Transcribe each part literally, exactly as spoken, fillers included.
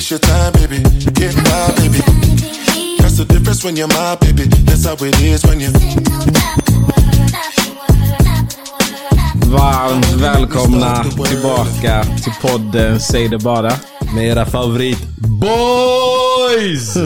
waste your time, baby. Get my baby. That's the difference when you're my baby. That's how it is when you. Varmt välkomna tillbaka till podden Säg det bara med era favorit boys.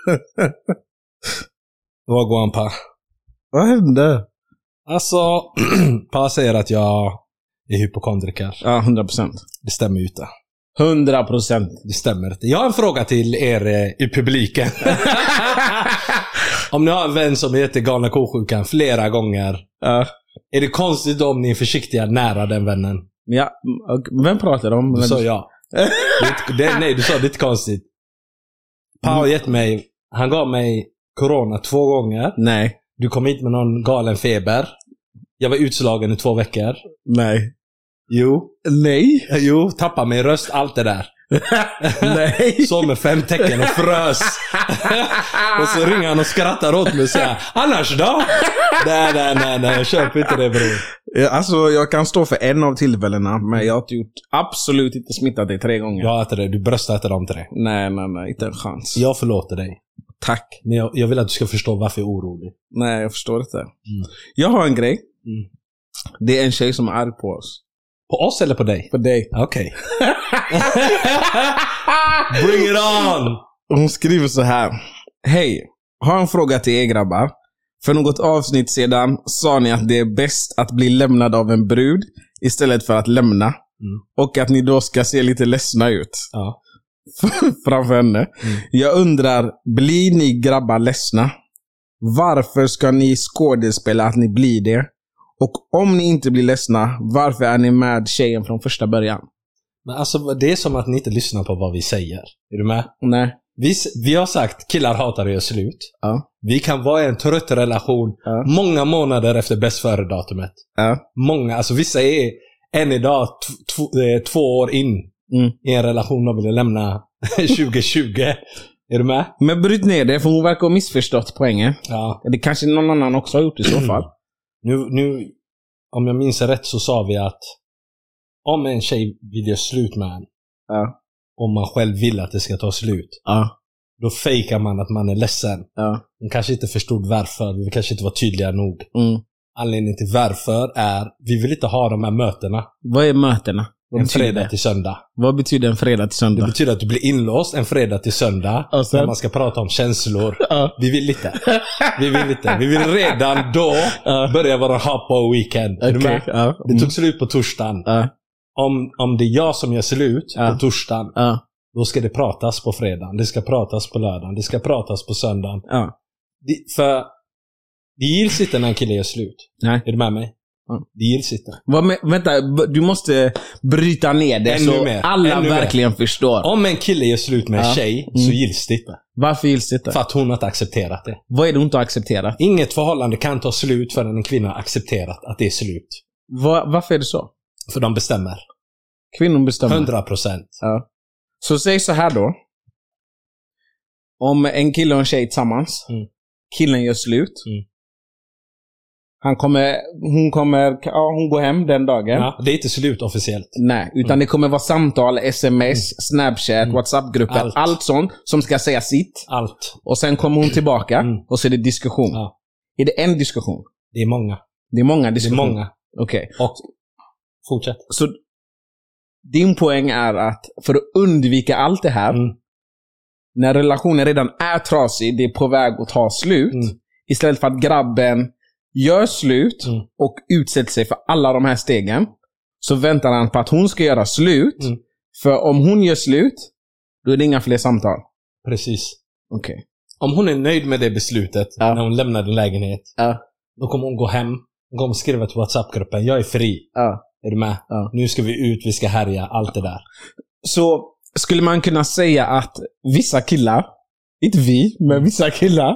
Vad går han på? Vad hände? Alltså, Pa säger att jag är hypokondriker. Ja, hundra procent. Det stämmer ju inte. Hundra procent. Det stämmer inte. Jag har en fråga till er i publiken. Om ni har en vän som heter galna kosjukan flera gånger, ja. Är det konstigt om ni är försiktiga nära den vännen? Ja, vem pratar om? Du sa jag. det, det, nej, du sa det är inte konstigt. Pa har gett mig, han gav mig corona två gånger. Nej. Du kom hit med någon galen feber. Jag var utslagen i två veckor. Nej. Jo. Nej. Jo, tappa mig röst, allt det där. Nej. Så med fem tecken och frös. Och så ringer han och skrattar åt mig och säger: annars då? Nej, nej, nej, nej, jag köper inte det, bror. Ja, alltså, jag kan stå för en av tillfällena, men jag har inte gjort, absolut inte smittat dig tre gånger. Jag äter det, du bröstar efter dem tre. Nej, nej, nej, inte en chans. Jag förlåter dig. Tack. Men jag, jag vill att du ska förstå varför jag är orolig. Nej, jag förstår inte. Mm. Jag har en grej. Mm. Det är en tjej som är arg på oss. På oss eller på dig? På dig. Okej. Okay. Bring it on! Hon skriver så här: hej, har en fråga till er grabbar. För något avsnitt sedan sa ni att det är bäst att bli lämnad av en brud istället för att lämna. Mm. Och att ni då ska se lite ledsna ut. Ja. Framför henne. Mm. Jag undrar, blir ni grabbar ledsna? Varför ska ni skådespela att ni blir det? Och om ni inte blir ledsna, varför är ni med tjejen från första början? Men alltså, det är som att ni inte lyssnar på vad vi säger. Är du med? Nej. Vi, vi har sagt, killar hatar att göra slut. Ja. Vi kan vara i en trött relation, ja, många månader efter bäst före datumet. Ja. Många, alltså vissa är än idag t- t- två år in mm. i en relation och vill lämna tjugo tjugo. Är du med? Men bryt ner det, för hon verkar ha missförstått poängen. Ja. Det kanske någon annan också har gjort i så fall. Nu, nu, om jag minns rätt så sa vi att om en tjej vill göra slut med en, ja, om man själv vill att det ska ta slut, ja, då fejkar man att man är ledsen. Ja. Man kanske inte förstod varför, vi kanske inte var tydliga nog. Mm. Anledningen till varför är, vi vill inte ha de här mötena. Vad är mötena? Vad en fredag det? Till söndag. Vad betyder en fredag till söndag? Det betyder att du blir inlåst en fredag till söndag. Alltså. När man ska prata om känslor. Uh. Vi vill inte. Vi vill inte. Vi vill redan då uh. börja vara hoppa weekend. Okay. Uh. Mm. Det tog slut på torsdagen. Uh. Om, om det är jag som gör slut uh. på torsdagen, uh. då ska det pratas på fredagen. Det ska pratas på lördagen. Det ska pratas på söndagen. Uh. Det, för det gills inte när en kille gör slut. Nej. Är du med mig? Mm. Det gills inte. Vad med, vänta, du måste bryta ner det ännu så mer. Alla ännu verkligen mer. Förstår. Om en kille gör slut med en ja. tjej, mm. så gills det inte. Varför gills det inte? För att hon har inte accepterat det. Vad är det hon inte har accepterat? Inget förhållande kan ta slut förrän en kvinna har accepterat att det är slut. Va, varför är det så? För de bestämmer. Kvinnor bestämmer? hundra procent. Ja. Så säg så här då. Om en kille och en tjej tillsammans, mm. killen gör slut, mm. Han kommer, hon kommer, ja, hon går hem den dagen. Ja, det är inte slut officiellt. Nej, utan mm. det kommer vara samtal, sms, Snapchat, mm. WhatsApp-grupper, allt. allt sånt som ska säga sitt. Allt. Och sen kommer hon tillbaka mm. och så är det diskussion. Ja. Är det en diskussion? Det är många. Det är många diskussioner? Det är många. Okej. Okay. Och fortsätt. Så din poäng är att för att undvika allt det här, mm. när relationen redan är trasig, det är på väg att ta slut, mm. istället för att grabben gör slut mm. och utsätter sig för alla de här stegen, så väntar han på att hon ska göra slut. Mm. För om hon gör slut, då är det inga fler samtal. Precis. Okej. Okay. Om hon är nöjd med det beslutet, ja, när hon lämnar en lägenhet, ja, då kommer hon gå hem. Hon kommer skriva till WhatsApp-gruppen: jag är fri. Ja. Är du med? Ja. Nu ska vi ut, vi ska härja, allt det där. Så skulle man kunna säga att vissa killar, inte vi, men vissa killar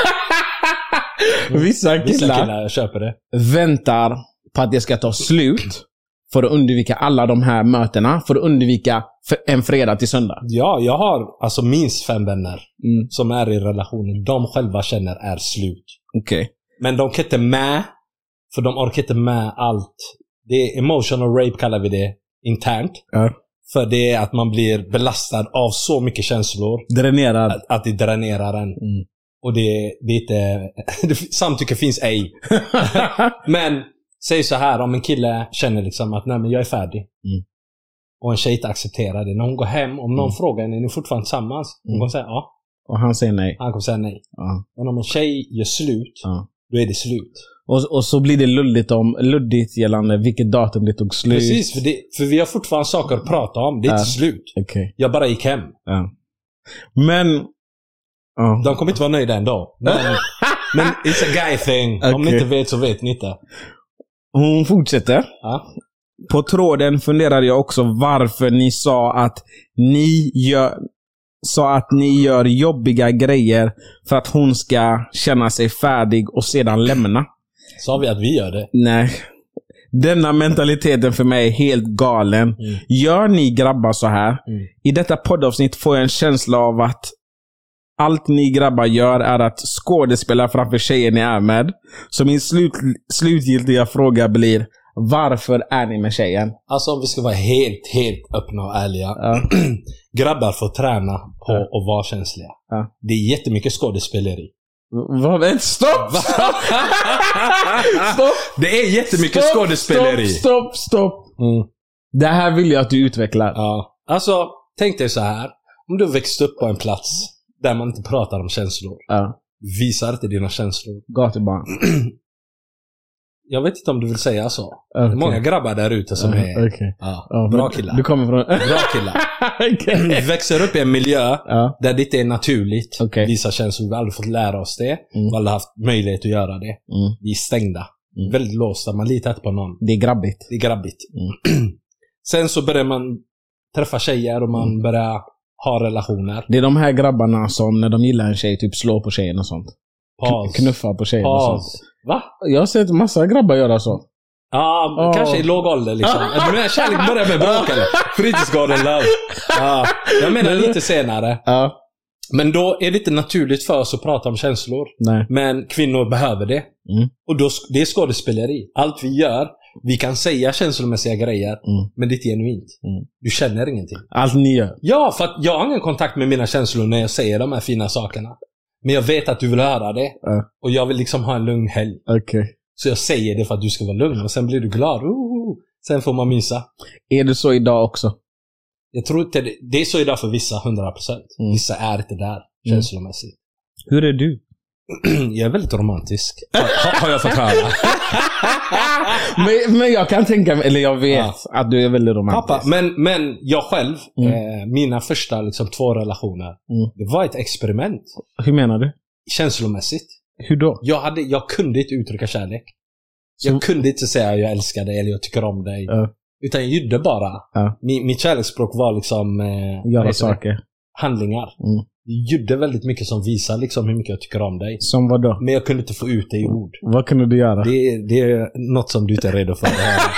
Vissa killar, Vissa killar jag köper det. Väntar på att det ska ta slut för att undvika alla de här mötena, för att undvika en fredag till söndag. Ja, jag har alltså minst fem vänner mm. som är i relationen. De själva känner är slut. Okej. Okay. Men de kan inte med, för de orkar inte med allt. Det är emotional rape, kallar vi det internt. Ja. För det är att man blir belastad av så mycket känslor. Dränerad. Att, att det dränerar en. Mm. Och det, det är inte... samtycke finns ej. Men säg så här, om en kille känner liksom att nej men jag är färdig. Mm. Och en tjej inte accepterar det. När hon går hem, om någon mm. frågar henne, är ni fortfarande tillsammans? Hon mm. kommer säga ja. Och han säger nej. Han kommer säga nej. Ja. Men om en tjej gör slut, ja. Då är det slut. Och, och så blir det luddigt, om, luddigt gällande vilket datum det tog slut. Precis, för, det, för vi har fortfarande saker att prata om. Det är ja. Inte slut. Okay. Jag bara gick hem. Ja. Men... Oh. De kommer inte vara nöjda ändå. Men, men it's a guy thing. Okay. Om ni inte vet så vet ni inte. Hon fortsätter. Ja. På tråden funderade jag också varför ni sa att ni gör... sa att ni gör jobbiga grejer för att hon ska känna sig färdig och sedan lämna. Sa vi att vi gör det? Nej. Denna mentaliteten för mig är helt galen. Mm. Gör ni grabbar så här? Mm. I detta poddavsnitt får jag en känsla av att allt ni grabbar gör är att skådespela framför tjejen ni är med. Så min slut, slutgiltiga fråga blir: varför är ni med tjejen? Alltså om vi ska vara helt, helt öppna och ärliga. Ja. Grabbar får träna på ja. Att vara känsliga. Ja. Det är jättemycket skådespeleri. Vad? Stopp! Stopp! Stopp! Det är jättemycket stopp, skådespeleri. Stopp, stopp, stopp. Mm. Det här vill jag att du utvecklar. Ja. Alltså, tänk dig så här. Om du växt upp på en plats där man inte pratar om känslor. Ja. Visar inte dina känslor. Gatubarn. Jag vet inte om du vill säga så. Okay. Det är många grabbar där ute som uh, är okay. ja, uh, bra killar. Du kommer från... bra killar. Okay. Vi växer upp i en miljö uh. där det inte är naturligt. Okay. Vissa känslor, vi har aldrig fått lära oss det. Mm. Vi har aldrig haft möjlighet att göra det. Mm. Vi är stängda. Mm. Väldigt låsta. Man litar inte på någon. Det är grabbigt. Det är grabbigt. Mm. Sen så börjar man träffa tjejer och man mm. börjar ha relationer. Det är de här grabbarna som när de gillar en tjej typ slår på tjejen och sånt. Paus. Knuffa på tjejen Paus. och sånt. Va? Jag har sett massa grabbar göra så. Ja, ah, oh. kanske i låg ålder liksom. Du menar kärlek börjar med bråk eller? Fritidsgården love. Ah, jag menar lite senare. Ah. Men då är det inte naturligt för oss att prata om känslor. Nej. Men kvinnor behöver det. Mm. Och då, det är skådespeleri. Allt vi gör, vi kan säga känslomässiga grejer, mm. men det är inte genuint. Mm. Du känner ingenting. Allt ni gör. Ja, för att jag har ingen kontakt med mina känslor när jag säger de här fina sakerna. Men jag vet att du vill höra det. Uh. Och jag vill liksom ha en lugn helg. Okay. Så jag säger det för att du ska vara lugn. Och sen blir du glad. Uh, sen får man mysa. Är det så idag också? Jag tror inte det, det är så idag för vissa, hundra procent. Mm. Vissa är inte där, känslomässigt. Mm. Hur är du? Jag är väldigt romantisk. Har, har jag fått höra. men, men jag kan tänka mig, eller jag vet ja. Att du är väldigt romantisk. Pappa, men, men jag själv, mm. eh, mina första liksom, två relationer, mm. det var ett experiment. Hur menar du? Känslomässigt. Hur då? Jag, hade, jag kunde inte uttrycka kärlek. Så... Jag kunde inte säga jag älskar dig eller jag tycker om dig. Uh. Utan jag gjorde bara. Uh. Min, mitt kärleksspråk var liksom... Eh, Göra saker. Det? Handlingar. Mm. Jag gjorde väldigt mycket som visar liksom hur mycket jag tycker om dig. Som vad då? Men jag kunde inte få ut det i ord. Vad kunde du göra? Det, det är något som du inte är redo för.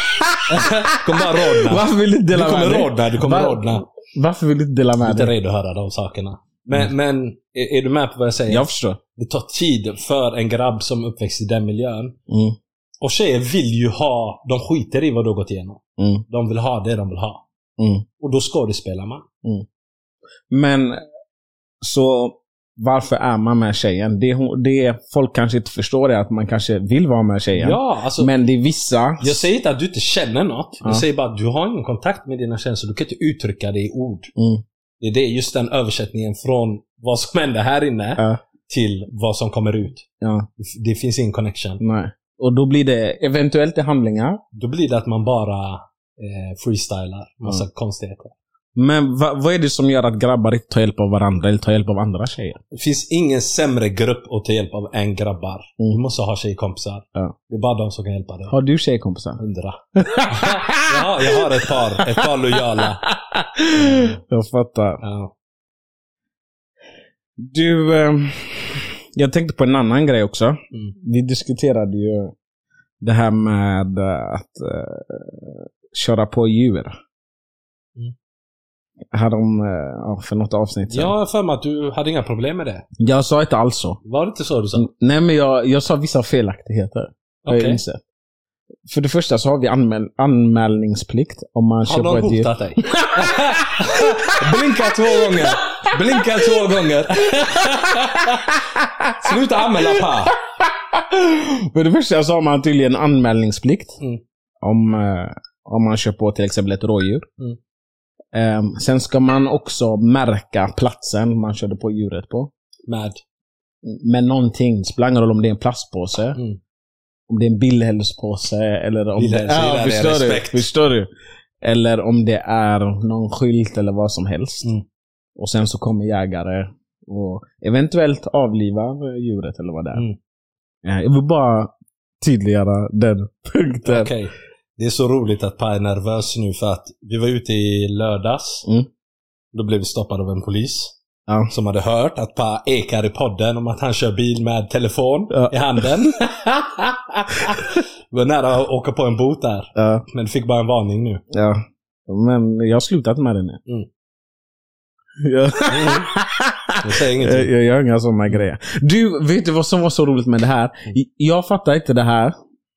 Kom bara rodna. Varför vill du dela du kommer med rodna, dig? Du kommer Var, rodna. Varför vill du dela med dig? Du är inte redo att höra de sakerna. Men, mm. men är, är du med på vad jag säger? Jag förstår. Det tar tid för en grabb som uppväxt i den miljön. Mm. Och tjejer vill ju ha, de skiter i vad du har gått igenom. Mm. De vill ha det de vill ha. Mm. Och då ska det spela man. Mm. Men så varför är man med tjejen? Det, det folk kanske inte förstår är att man kanske vill vara med tjejen. Ja, alltså, men det är vissa... Jag säger inte att du inte känner något. Ja. Jag säger bara att du har ingen kontakt med dina känslor. Du kan inte uttrycka det i ord. Mm. Det är det, just den översättningen från vad som händer här inne ja. Till vad som kommer ut. Ja. Det finns ingen connection. Nej. Och då blir det eventuellt i handlingar. Då blir det att man bara eh, freestylar. Massa mm. konstigheter. Men va, vad är det som gör att grabbar inte tar hjälp av varandra eller tar hjälp av andra tjejer? Det finns ingen sämre grupp att ta hjälp av än grabbar. Mm. Du måste ha tjejkompisar. Ja. Det är bara de som kan hjälpa dig. Har du tjejkompisar? Undra. jag, har, jag har ett par. Ett par lojala. Mm. Jag fattar. Ja. Du, eh, jag tänkte på en annan grej också. Mm. Vi diskuterade ju det här med att eh, köra på djur. Mm. Härom, ja, för något avsnitt sen. Jag har för mig att du hade inga problem med det. Jag sa inte alls så. Var det inte så du sa? Nej, men jag, jag sa vissa felaktigheter. Okej. Okay. För det första så har vi anmäl- anmälningsplikt om man Har köper någon ett djur. hotat dig? Blinka två gånger. Blinka två gånger. Sluta anmäla pa. För det första så har man tydligen anmälningsplikt Mm. om, eh, om man köper på till exempel ett rådjur. Mm. Eh, sen ska man också märka platsen man körde på djuret på. Med. Med någonting. Det spelar ingen roll om det är en plastpåse. Mm. Om det är en billhälspåse eller om Billhäls, det gillar ja, det, förstår du, respekt. förstår du? Eller om det är någon skylt eller vad som helst. Mm. Och sen så kommer jägare och eventuellt avliva djuret eller vad det är. Mm. Ja, jag vill bara tydliggöra den punkten. Okej. Okay. Det är så roligt att Pa är nervös nu för att vi var ute i lördags. Mm. Då blev vi stoppade av en polis. Ja. Som hade hört att Pa ekar i podden om att han kör bil med telefon Ja. i handen. Vi var nära att åka på en bot där. Ja, Men fick bara en varning nu. ja. Men jag har slutat med det nu. Mm. Jag, Mm. Jag säger jag, ingenting. jag gör inga sådana grejer. Du, vet du vad som var så roligt med det här? Jag fattar inte det här.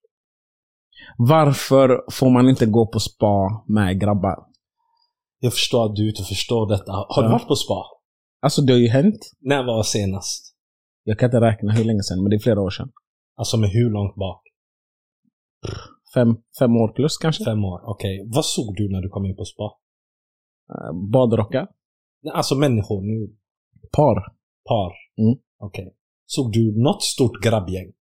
Varför får man inte gå på spa med grabbar? Jag förstår att du inte förstår detta. Har du Ja. varit på spa? Alltså det har ju hänt. När var senast? Jag kan inte räkna hur länge sedan, men det är flera år sedan. Alltså med hur långt bak? Fem, fem år plus kanske. Fem år, okej. Okay. Vad såg du när du kom in på spa? Uh, badrockar. Nej, alltså människor nu. Par. Par. Mm. Okej. Okay. Såg du något stort grabbgäng?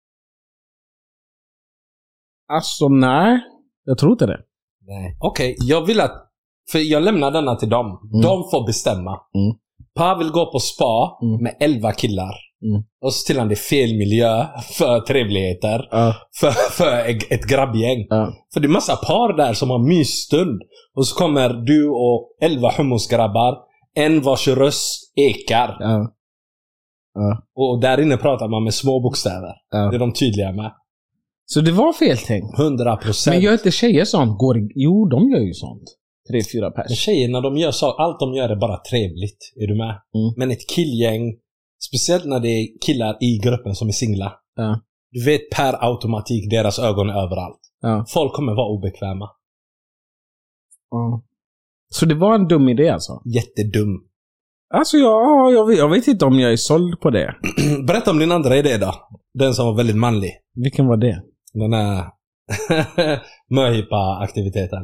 Alltså nej. Jag tror inte det. Nej. Okej, okay. Jag vill att... För jag lämnar denna till dem. Mm. De får bestämma. Mm. Pa vill gå på spa Mm. med elva killar. Mm. Och så till han det är fel miljö för trevligheter. Uh, För, för ett, ett grabbgäng. uh. För det är massa par där som har mysstund. Och så kommer du och elva hummusgrabbar. En vars röst ekar. Uh. Uh. Och där inne pratar man med små bokstäver. Uh. Det är de tydliga med. Så det var fel tänkt. hundra procent. Men gör inte tjejer sånt? Går, jo, de gör ju sånt. Tre, fyra Men pers. tjejerna, de gör så, allt de gör är bara trevligt. Är du med? Mm. Men ett killgäng, speciellt när det är killar i gruppen som är singla. Ja. Du vet per automatik, deras ögon är överallt. Ja. Folk kommer vara obekväma. Ja. Så det var en dum idé alltså? Jättedum. Alltså ja, jag vet, jag vet inte om jag är såld på det. Berätta om din andra idé då. Den som var väldigt manlig. Vilken var det? Den här möhippa-aktiviteten.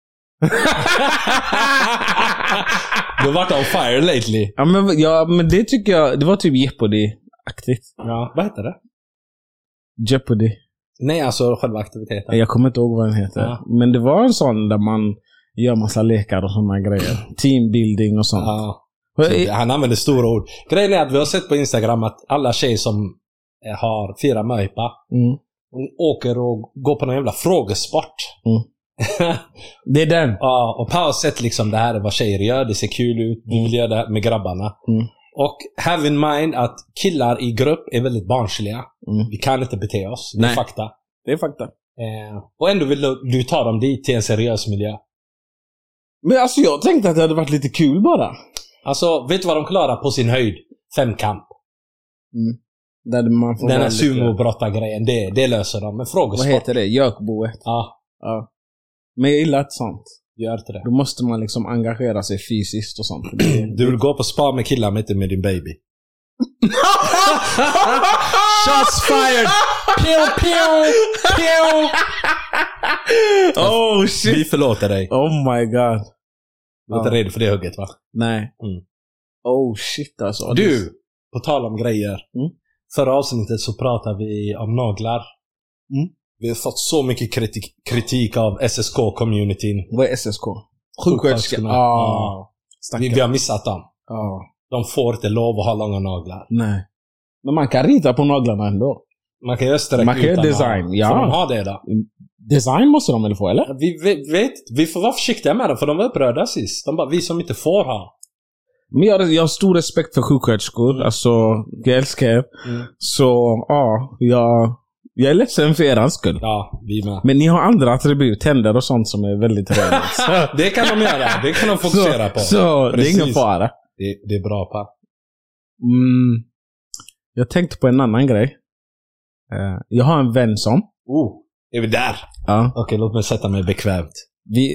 Du har varit on fire lately. Ja men, ja, men det tycker jag, det var typ Jeopardy-aktigt. Ja, vad heter det? Jeopardy. Nej, alltså själva aktiviteten. Jag kommer inte ihåg vad den heter. Ja. Men det var en sån där man gör massa lekar och såna grejer. Teambuilding och sånt. Ja. Ja. Han använder stora ord. Grejen är att vi har sett på Instagram att alla tjejer som har fyra möhippa Mm. åker och går på någon jävla frågesport. Mm. Det är den. Ja, och på sätt liksom det här är vad tjejer gör. Det ser kul ut. Vi vill göra det här med grabbarna. Mm. Och have in mind att killar i grupp är väldigt barnsliga. Mm. Vi kan inte bete oss. Det är Nej. fakta. Det är fakta. Eh, och ändå vill du, du ta dem dit till en seriös miljö. Men alltså jag tänkte att det hade varit lite kul bara. Alltså, vet du vad de klarar på sin höjd? Femkamp. Mm. Där man får Den här vara lite- sumo-brottargrejen, det, det löser de. Men frågesport. Vad heter det? Jökboet. Ja, Ja. Men jag gillar inte sånt. gör inte det. Då måste man liksom engagera sig fysiskt och sånt. Det- Du vill gå på spa med killar, men inte med din baby. Shots fired! Pew, pew, pew. Oh Vi shit. förlåter dig. Oh my god. Du är inte Ja. redo för det hugget, va? Nej. Mm. Oh shit alltså. Du, på tal om grejer. Mm. Förra avsnittet så pratade vi om naglar. Mm. Vi har fått så mycket kritik, kritik av S S K-communityn. Vad är S S K? Sjuksköterska. Sjuksköterskorna. Ah. Vi, vi har missat dem. Ja. De får inte lov att ha långa naglar. Nej. Men man kan rita på naglarna ändå. Man kan göra streck Man kan göra utan att design, ha. ja. Får de ha det då? Design måste de väl få, eller? Vi vet, vet, vi får vara försiktiga med dem, för de var upprörda sist. De bara, vi som inte får ha. Men jag, jag har stor respekt för sjuksköterskor. Mm. Alltså, jag älskar er. Mm. Så, ja. Jag, jag är ledsen för er skull. Ja, vi med. Men ni har andra attribut, tänder och sånt som är väldigt trevligt. Det kan de göra. Det kan de fokusera så, på. Så, det är Precis. ingen fara. Det, det är bra, pa. Mm, jag tänkte på en annan grej. Eh, jag har en vän som Oh. Är vi där? Ja. Okej, låt mig sätta mig bekvämt. Vi,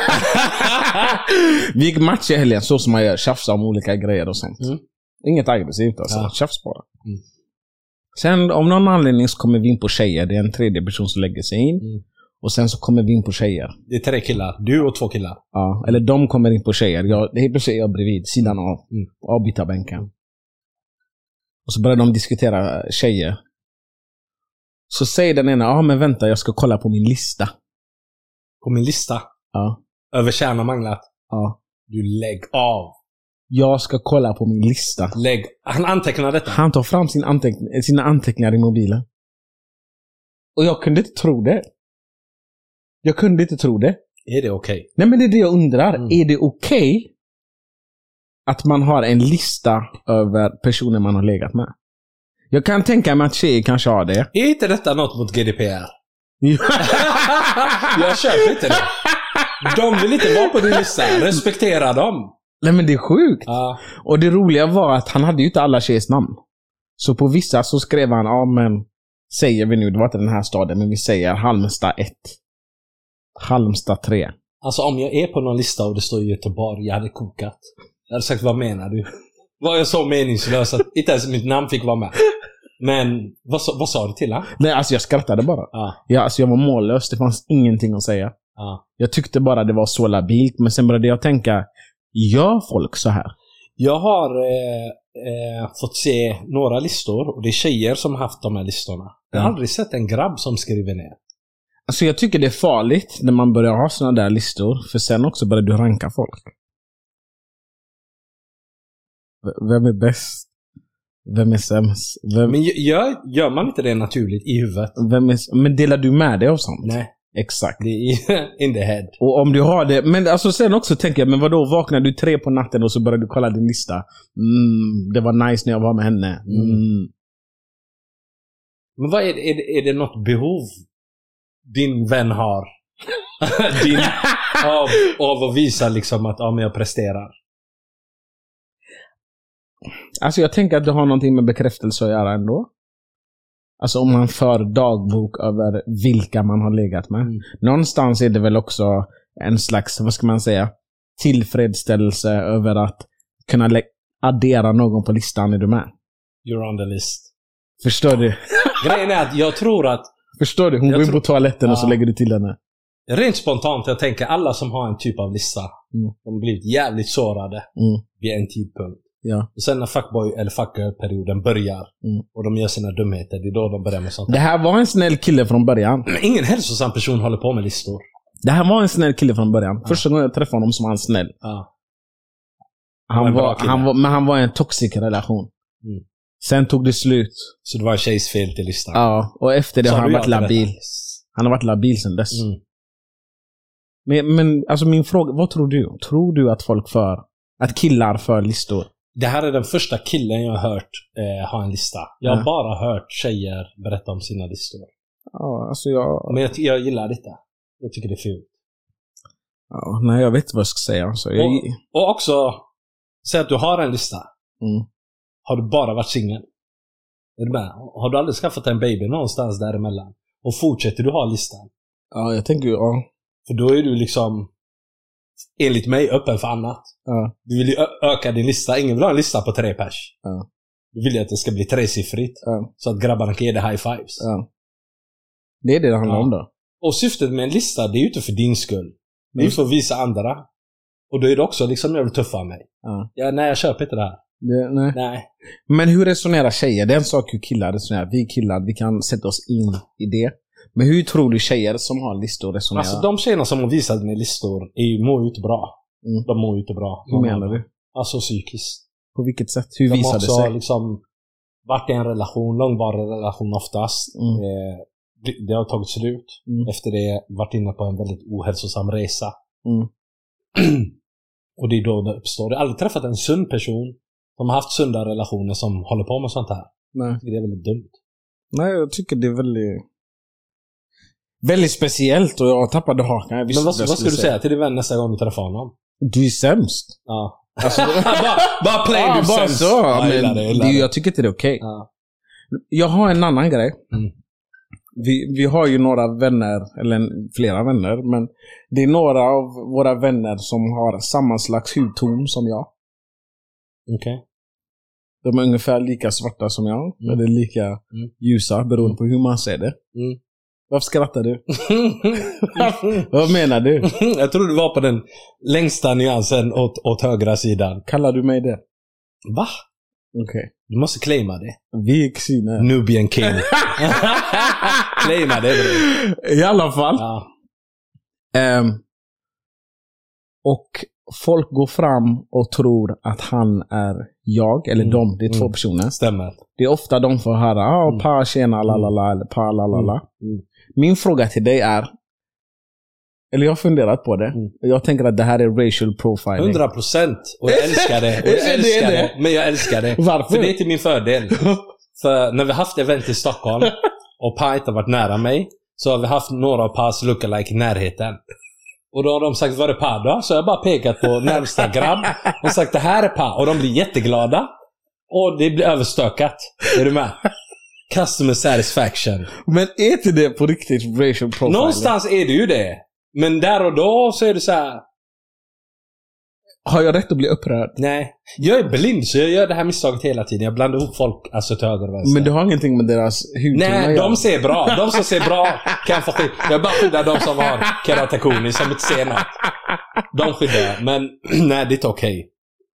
vi gick match i helgen så som man gör. Tjafsa om olika grejer och sånt. Mm. Inget aggressivt alltså. Ja. Tjafs bara. Mm. Sen om någon anledning så kommer vi in på tjejer. Det är en tredje person som lägger sig in. Mm. Och sen så kommer vi in på tjejer. Det är tre killar. Du och två killar. Ja, eller de kommer in på tjejer. Jag, det är plötsligt jag bredvid, sidan av. Mm. Avbytarbänken. Och så börjar de diskutera tjejer. Så säger den ena, ja men vänta, jag ska kolla på min lista. På min lista? Ja. Över kärna manglat? Ja. Du lägg av. Jag ska kolla på min lista. Lägg. Han antecknar detta. Han tar fram sin anteckning, sina anteckningar i mobilen. Och jag kunde inte tro det. Jag kunde inte tro det. Är det okej? Okay? Nej, men det är det jag undrar. Mm. Är det okej okay att man har en lista över personer man har legat med? Jag kan tänka mig att tjejer kanske har det. Är inte detta något mot G D P R? Jag köper inte det. De vill inte vara på din lista. Respektera dem. Nej, men det är sjukt. Ja. Och det roliga var att han hade ju inte alla tjejers namn. Så på vissa så skrev han, ja men säger vi nu, det var inte den här staden, men vi säger Halmstad ett. Halmstad tre. Alltså om jag är på någon lista och det står Göteborg, jag hade kokat. Jag hade sagt, vad menar du? Var jag så meningslös att inte ens mitt namn fick vara med. Men vad, vad sa du till han? Nej, alltså jag skrattade bara. Ja. Ja, alltså jag var mållös, det fanns ingenting att säga. Ja. Jag tyckte bara det var så labilt, men sen började jag tänka, gör folk så här? Jag har eh, eh, fått se några listor, och det är tjejer som har haft de här listorna. Jag har Ja. aldrig sett en grabb som skriver ner. Alltså jag tycker det är farligt när man börjar ha såna där listor, för sen också börjar du ranka folk. V- Vem är bäst? Vem är sämst? Vem, Men gör, gör man inte det naturligt i huvudet? vem är, men delar du med dig av sånt? Nej. Exakt. Det är in the head. Och om du har det, men alltså sen också tänker jag, men vadå, vaknar du tre på natten och så börjar du kolla din lista. Mm, det var nice när jag var med henne. Mm. Men vad är det, är det, är det något behov din vän har? din, av, av att visa liksom att ja, men jag presterar. Alltså jag tänker att det har någonting med bekräftelse att göra ändå. Alltså om man för dagbok över vilka man har legat med. Mm. Någonstans är det väl också en slags, vad ska man säga, tillfredsställelse över att kunna lä- addera någon på listan. Är du med? You're on the list. Förstår du? Grejen är att jag tror att Förstår du? Hon Jag går in tror- på toaletten Ja. och så lägger du till henne. rent spontant jag tänker alla som har en typ av lista, Mm. de har blivit jävligt sårade Mm. vid en tidpunkt. Ja. Och sen när fuckboy eller fucker-perioden börjar Mm. och de gör sina dumheter, det är då de börjar med sånt. Det här var en snäll kille från början. Men ingen hälsosam person håller på med listor. Det här var en snäll kille från början. Första gången jag träffade honom så var han snäll. Ja. Han en bra var, kille. han var, men han var i en toxic relation. Mm. Sen tog det slut. Så det var en tjejs fel till listan. Ja, och efter det Så har han du varit ja till labil. detta? Han har varit labil sedan dess. Mm. Men, men alltså min fråga, vad tror du? Tror du att folk för, att killar för listor? Det här är den första killen jag har hört eh, ha en lista. Jag har Ja. bara hört tjejer berätta om sina listor. Ja, alltså jag... Men jag, jag gillar detta. Jag tycker det är fult. Ja, nej, jag vet inte vad jag ska säga. Så jag, Och, och också, säg att du har en lista. mm. Har du bara varit singel? Är du med? Har du aldrig skaffat en baby någonstans däremellan? Och fortsätter du ha listan? Ja, jag tänker ju, ja. För då är du liksom, enligt mig, öppen för annat. Ja. Du vill ju ö- öka din lista. Ingen vill ha en lista på tre pers. Ja. Du vill ju att det ska bli tresiffrigt. Ja. Så att grabbarna kan ge dig high fives. Ja. Det är det det handlar Ja. om då. Och syftet med en lista, det är ju inte för din skull. Det är ju för att visa andra. Och då är det också liksom, jag vill tuffa mig. Ja. Ja, nej, jag köper inte det här. Det, nej. Nej. Men hur resonerar tjejer? Det är en sak hur killar resonerar. Vi killar, vi kan sätta oss in i det. Men hur tror du tjejer som har listor resonerar? Alltså de tjejerna som har visat med listor är ju, mår ju inte bra. Mm. De mår ju inte bra. Hur menar du? Alltså psykiskt. På vilket sätt? Hur De visar har det också sig? liksom varit i en relation, långvarig relation oftast. Mm. Eh, det, det har tagit slut. Mm. Efter det varit inne på en väldigt ohälsosam resa. Mm. Och det är då det uppstår. Jag har aldrig träffat en sund person som har haft sunda relationer som håller på med sånt här. Nej. Jag tycker det är väldigt dumt. Nej, jag tycker det är väldigt... Väldigt speciellt och jag tappade hakan. Jag visste Men vad, inte vad ska jag du skulle säga till din vän nästa gång du träffar honom? Du är sämst. Ja. Alltså, bara, bara plain ja, du bara sämst. så. Ja, jag Men gillar det, jag det, gillar det. jag tycker inte det är okej. Ja. Jag har en annan grej. Mm. Vi, vi har ju några vänner, eller en, flera vänner, men det är några av våra vänner som har samma slags hudton som jag. Okej. Okay. De är ungefär lika svarta som jag, mm. eller lika mm. ljusa, beroende på hur man ser det. Mm. Varför skrattar du? Vad menar du? Jag tror du var på den längsta nyansen åt, åt högra sidan. Kallar du mig det? Va? Okej. Okay. Du måste claima det. Vi är kusiner. Nubian King. Claima det, bro. I alla fall. Ja. Um, och folk går fram och tror att han är jag, eller mm. de, det är två mm. personer. Stämmer. Det är ofta de får höra, ah, mm. pa, tjena, lalala, eller pa, lalala. Mm. Min fråga till dig är, eller jag har funderat på det, mm. jag tänker att det här är racial profiling. hundra procent. Och jag älskar det. Och jag älskar det, det. Men jag älskar det. Varför? För det är till min fördel. För när vi haft event i Stockholm och Pa inte har varit nära mig, så har vi haft några av Pas lookalike i närheten. Och då har de sagt, vad är Pa då? Så jag har bara pekat på närmsta grabb och sagt, det här är Pa. Och de blir jätteglada. Och det blir överstökat. Är du med? Customer satisfaction. Men är inte det på riktigt racial profiling? Någonstans är det ju det. Men där och då så är det så här. Har jag rätt att bli upprörd? Nej. Jag är blind så jag gör det här misstaget hela tiden. Jag blandar ihop folk alltså till höger och vänster. Men det har ingenting med deras hudton. Nej, de ser bra. De som ser bra kan få skydd. Jag bara skyddar de som har keratakoni som inte ser något. De skyddar. Men nej, det är inte okej.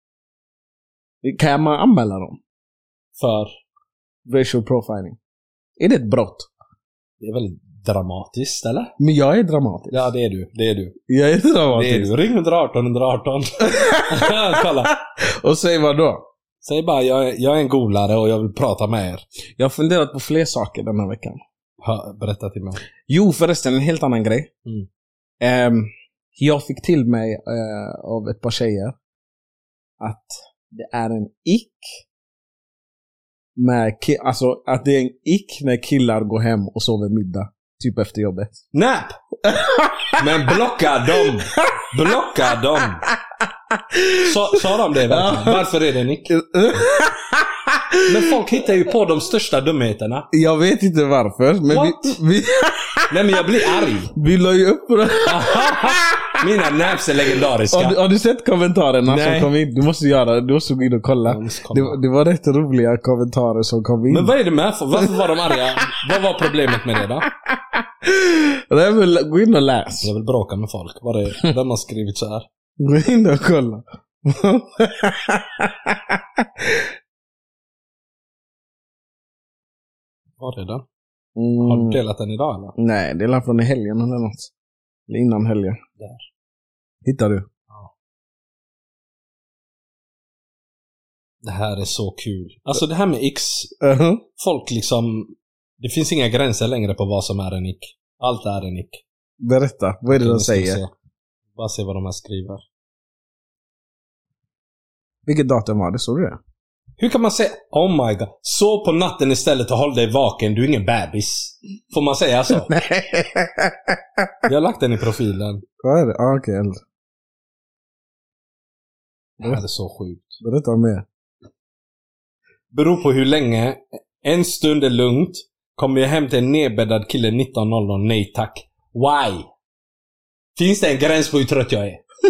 Okay. Kan man anmäla dem? För? Racial profiling. Är det ett brott? Det är väl dramatiskt, eller? Men jag är dramatisk. Ja, det är du. Det är du. Jag är dramatisk. Det är du. Ring ett ett arton ett ett arton. Kolla. Och säg vad då? Säg bara, jag är, jag är en golare och jag vill prata med er. Jag har funderat på fler saker den här veckan. Ha, berätta till mig. Jo, förresten, en helt annan grej. Mm. Um, jag fick till mig uh, av ett par tjejer att det är en ick med ki- alltså att det är en ick när killar går hem och sover middag typ efter jobbet. Nap! Men blocka dem! Blocka dem! Så, sa de det verkligen? Varför är det en ick? Men folk hittar ju på de största dumheterna. Jag vet inte varför. Men What? vi, vi Nej, men jag blir arg. Vi la ju upp på det. Mina naps är legendariska. Har du, har du sett kommentarerna Nej. som kom in? Du måste göra det. Du måste gå in och kolla. kolla. Det, det var rätt roliga kommentarer som kom in. Men vad är det med? Varför var de arga? Vad var problemet med det då? Nej, men gå in och läs. Jag vill bråka med folk. Vad är det? Vem har skrivit så här? Gå in och kolla. Var det då? Mm. Har du delat den idag eller? Nej, det är från i helgen eller något. Eller innan helgen. Där. Hittar du? Ja. Det här är så kul. Alltså det här med X. Uh-huh. Folk liksom. Det finns inga gränser längre på vad som är en ick. Allt är en ick. Berätta, vad är det de säger? Se. Bara se vad de här skriver. Vilket datum var det, såg du det? Hur kan man säga, oh my god, sov på natten istället och håll dig vaken, du är ingen bebis. Får man säga så? Nej. Jag har lagt den i profilen. Vad är det? Ah, okej. Okay. Det här är så sjukt. Berätta mer. Beror på hur länge. En stund är lugnt. Kommer jag hem till en nedbäddad kille nitton noll noll, nej tack. Why? Finns det en gräns på hur trött jag är?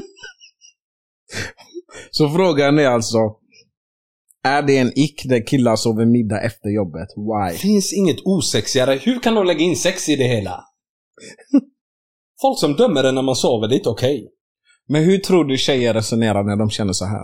Så frågan är alltså, är det en ick där killar sover middag efter jobbet? Why? Finns inget osexigare. Hur kan de lägga in sex i det hela? Folk som dömer det när man sover, det är inte okej. Okay. Men hur tror du tjejer resonerar när de känner så här?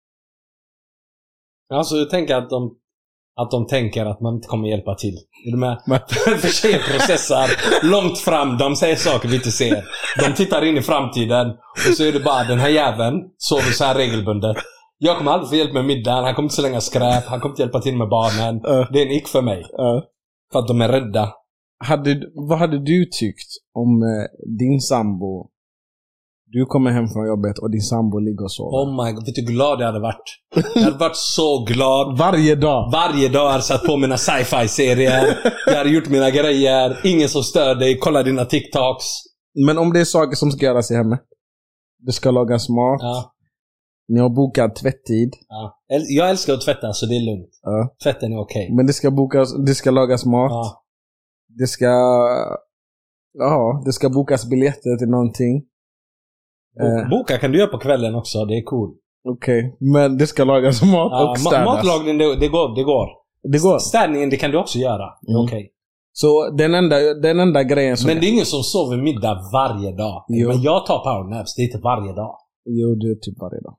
Alltså jag tänker att de Att de tänker att man inte kommer hjälpa till. Är du med? För tjejer processar långt fram. De säger saker vi inte ser. De tittar in i framtiden. Och så är det bara, den här jäveln sover så här regelbundet. Jag kommer aldrig få hjälp med middagen. Han kommer inte slänga skräp. Han kommer inte hjälpa till med barnen. uh. Det är en ick för mig. uh. För att de är rädda. Hade, vad hade du tyckt om eh, din sambo, du kommer hem från jobbet och din sambo ligger och sover? Oh my god, vet du hur glad jag hade varit? Jag hade varit så glad. Varje dag? Varje dag har jag satt på mina sci-fi-serier. Jag har gjort mina grejer. Ingen som stör dig. Kolla dina TikToks. Men om det är saker som ska göras i hemmet. Det ska lagas mat. Ja. Ni har bokat tvätttid. Ja. Jag älskar att tvätta så det är lugnt. Ja. Tvätten är okej. Okay. Men det ska bokas, det ska lagas mat. Ja. Det ska... Ja, det ska bokas biljetter till någonting. Eh. Boka kan du göra på kvällen också, det är cool. Okej, okay. Men det ska lagas mat ja, och städas. Matlagning, det, det går. Det går. Det går. Städningen, det kan du också göra. Mm. Okej. Okay. Så den enda, den enda grejen som... Men det är ingen som sover middag varje dag. Jo. Men jag tar powernaps, det är inte varje dag. Jo, det är typ varje dag.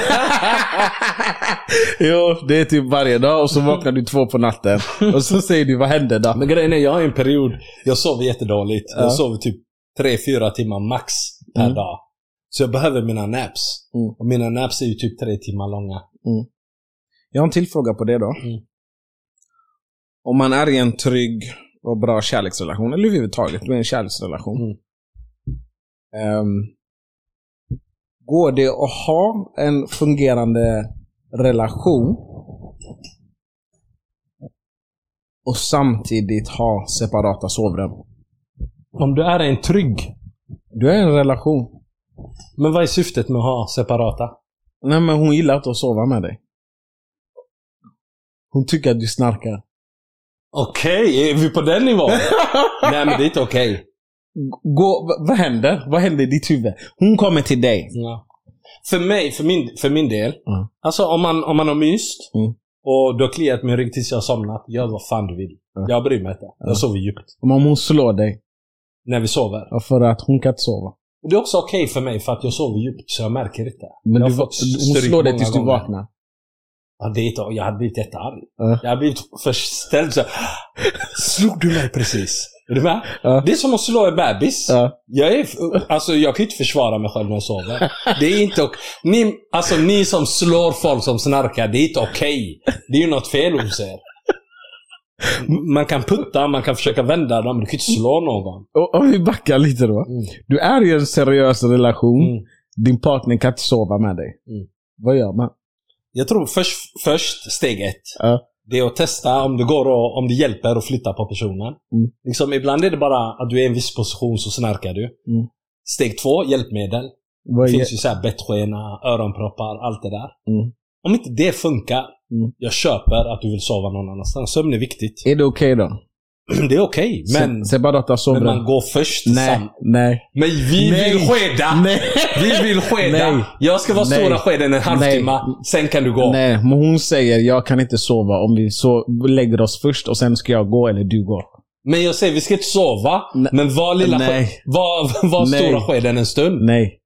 Jo, det är typ varje dag. Och så vaknar du två på natten. Och så säger du, vad händer då? Men grejen är, jag har en period, jag sover jättedåligt. Ja. Jag sover typ tre fyra timmar max per mm. dag. Så jag behöver mina naps. Mm. Och mina naps är ju typ tre timmar långa. Mm. Jag har en till fråga på det då. Mm. Om man är i en trygg och bra kärleksrelation, eller överhuvudtaget med en kärleksrelation. Mm. Um, går det att ha en fungerande relation och samtidigt ha separata sovrum? Om du är en trygg... Du är en relation. Men vad är syftet med att ha separata? Nej, men hon gillar inte att sova med dig. Hon tycker att du snarkar. Okej, okay, är vi på den nivån? Nej, men det är inte okej. Okay. Gå, vad händer? Vad händer i ditt huvud? Hon kommer till dig. Ja. För mig, för min, för min del. Mm. Alltså om man, om man har myst mm. och du har kliat min rygg tills jag har somnat, gör vad fan du vill. Mm. Jag bryr mig inte. Jag mm. sover djupt. Om hon slår dig? När vi sover. Och för att hon kan inte sova. Och det är också okej okay för mig för att jag sover djupt så jag märker inte. Men du, hon slår dig tills du vaknar. Ja, det är inte, jag hade blivit jättearg. Uh. Jag hade blivit förställd så. Slog du mig precis? Är du med? Uh. Det är som att slå en bebis. Uh. Jag är, alltså jag kan inte försvara mig själv när jag sover. Det är inte okej. Ni, alltså ni som slår folk som snarkar, det är inte okej. Okay. Det är ju något fel hos er. Man kan putta, man kan försöka vända dem, men du kan inte slå någon. Om vi backar lite då. Mm. Du är i en seriös relation. Mm. Din partner kan inte sova med dig. Mm. Vad gör man? Jag tror först, först steg ett. Uh. Det är att testa om det går och, om det hjälper att flytta på personen. Mm. Liksom, ibland är det bara att du är i en viss position så snarkar du. Mm. Steg två, hjälpmedel. Vad det finns ju så här bettskena, öronproppar, allt det där. Mm. Om inte det funkar, mm. jag köper att du vill sova någon annanstans. Sömn är viktigt. Är det okej okay då? Det är okej, okay, men, Se, men man går först. Nej, sam- nej. Men vi nej. vill skeda. Nej. Vi vill skeda. Nej. Jag ska vara nej. stora skeden en halvtimme. Nej. Sen kan du gå. Nej, men hon säger jag kan inte sova om vi så lägger oss först och sen ska jag gå eller du går. Men jag säger vi ska inte sova. Nej. Men var lilla nej. var, var nej. stora skeden en stund. Nej.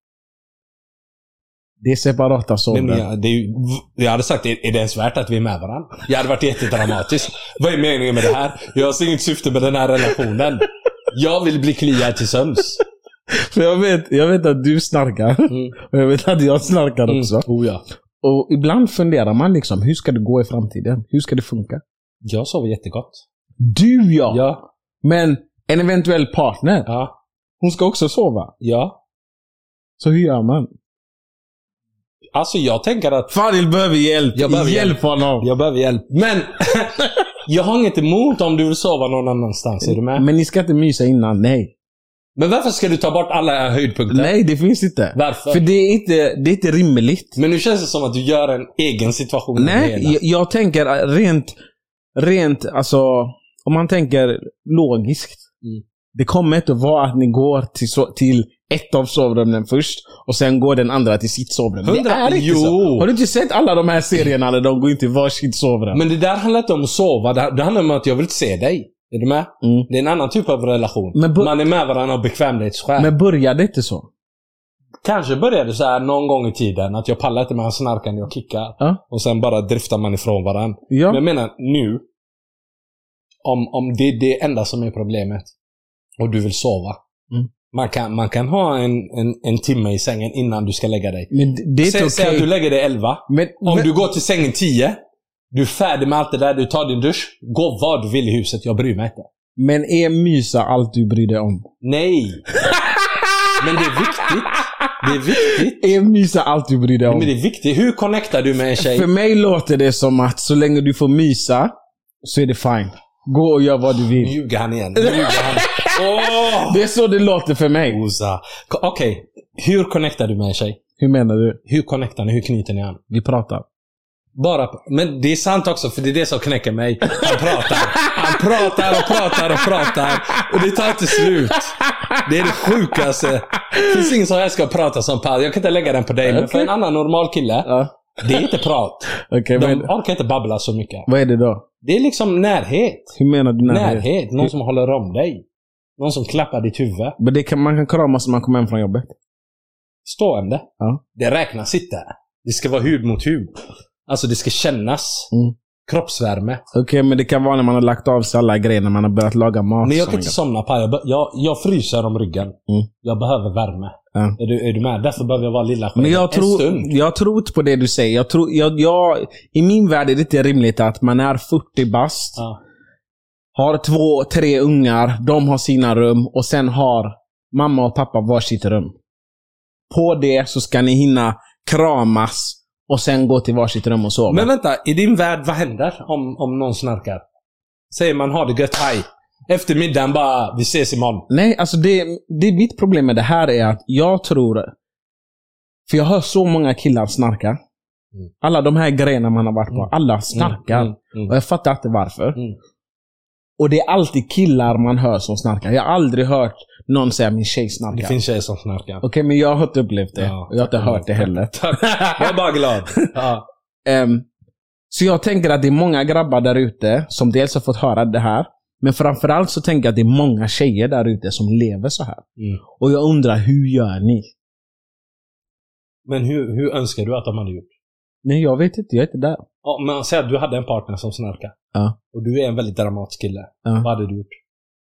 Det är separata sovrum. Men jag, det är, jag hade sagt, är det ens värt att vi är med varandra? Jag hade varit jättedramatisk. Vad är meningen med det här? Jag ser inget syfte med den här relationen. Jag vill bli kliad till sömns. För jag vet, jag vet att du snarkar. Mm. Och jag vet att jag snarkar också. Mm. Oh, ja. Och ibland funderar man liksom, hur ska det gå i framtiden? Hur ska det funka? Jag sover jättegott. Du ja. Ja. Men en eventuell partner. Ja. Hon ska också sova. Ja. Så hur gör man? Alltså jag tänker att Fadil behöver hjälp. Jag behöver hjälp, hjälp honom. Jag behöver hjälp. Men jag har inget emot om du vill sova någon annanstans. Är du med? Men ni ska inte mysa innan, nej. Men varför ska du ta bort alla höjdpunkter? Nej, det finns inte. Varför? För det är inte, det är inte rimligt. Men nu känns det som att du gör en egen situation. Nej, jag, jag tänker rent, rent, alltså, om man tänker logiskt. Mm. Det kommer inte att vara att ni går till, till ett av sovrummen först och sen går den andra till sitt sovrum. hundra Det är inte jo. så. Har du inte sett alla de här serierna där de går in till varsitt sovrum? Men det där handlar inte om att sova. Det, det handlar om att jag vill se dig. Är du med? Mm. Det är en annan typ av relation. Bu- Man är med varandra av bekvämlighetsskäl. Men börjar det inte så? Kanske började det så här någon gång i tiden att jag pallar inte med hans snarkan jag kickar. Ja. Och sen bara driftar man ifrån varandra. Ja. Men jag menar nu, om, om det är det enda som är problemet och du vill sova. Mm. Man kan, man kan ha en, en, en timme i sängen innan du ska lägga dig. Men det är Säg, okay. säg att du lägger dig elva. Men, om men... du går till sängen tio, du är färdig med allt det där, du tar din dusch, gå vad du vill i huset, jag bryr mig inte. Men är mysa allt du bryr dig om? Nej. Men det är viktigt. Det är viktigt. Är mysa allt du bryr dig om? Men det är viktigt. Hur connectar du med en tjej? För mig låter det som att så länge du får mysa så är det fine. Gå och gör vad du vill. Nu ljuger han igen. Nu ljuger han. Oh! Det är så det låter för mig. Okej, okay. Hur connectar du med en tjej? Hur menar du? Hur connectar ni? Hur knyter ni an? Vi pratar. Bara, men det är sant också, för det är det som knäcker mig. Han pratar, han pratar och pratar och pratar och det tar inte slut. Det är det sjukaste. Det finns ingen som helst ska prata som pall. Jag kan inte lägga den på dig, okay. Men för en annan normal kille, ja. Det är inte prat. Okay, De men... orkar inte babbla så mycket. Vad är det då? Det är liksom närhet. Hur menar du närhet? Närhet, någon som håller om dig. Någon som klappar ditt huvud. Men det kan, man kan kramas när man kommer hem från jobbet. Stående. Ja. Det räknas inte. Det ska vara hud mot hud. Alltså det ska kännas. Mm. Kroppsvärme. Okej, okay, men det kan vara när man har lagt av sig alla grejer, när man har börjat laga mat. Men jag kan inte somna på. Jag, jag, jag fryser om ryggen. Mm. Jag behöver värme. Ja. Är, du, är du med? Därför behöver jag vara lilla själv. Men jag en tror, stund. Jag tror inte på det du säger. Jag tror, jag, jag, I min värld är det inte rimligt att man är fyrtio bast. Ja. Har två, tre ungar. De har sina rum. Och sen har mamma och pappa varsitt rum. På det så ska ni hinna kramas. Och sen gå till varsitt rum och sova. Men vänta, i din värld, vad händer om, om någon snarkar? Säger man har det gött, hej. Efter middagen bara, vi ses imorgon. Nej, alltså det, det är mitt problem med det här är att jag tror... För jag hör så många killar snarka. Mm. Alla de här grejerna man har varit på, alla snarkar. Mm. Mm. Och jag fattar inte varför. Mm. Och det är alltid killar man hör som snarkar. Jag har aldrig hört någon säga min tjej snarkar. Det finns tjejer som snarkar. Okej, okay, men jag har inte upplevt det. Ja, och jag har inte hört det heller. Tack. Jag är bara glad. Ja. um, så jag tänker att det är många grabbar där ute som dels har fått höra det här. Men framförallt så tänker jag att det är många tjejer där ute som lever så här. Mm. Och jag undrar, hur gör ni? Men hur, hur önskar du att de hade gjort? Nej, jag vet inte. Jag är inte där. Ja, men säg att du hade en partner som snarkar. Ja. Och du är en väldigt dramatisk kille. Ja. Vad hade du gjort?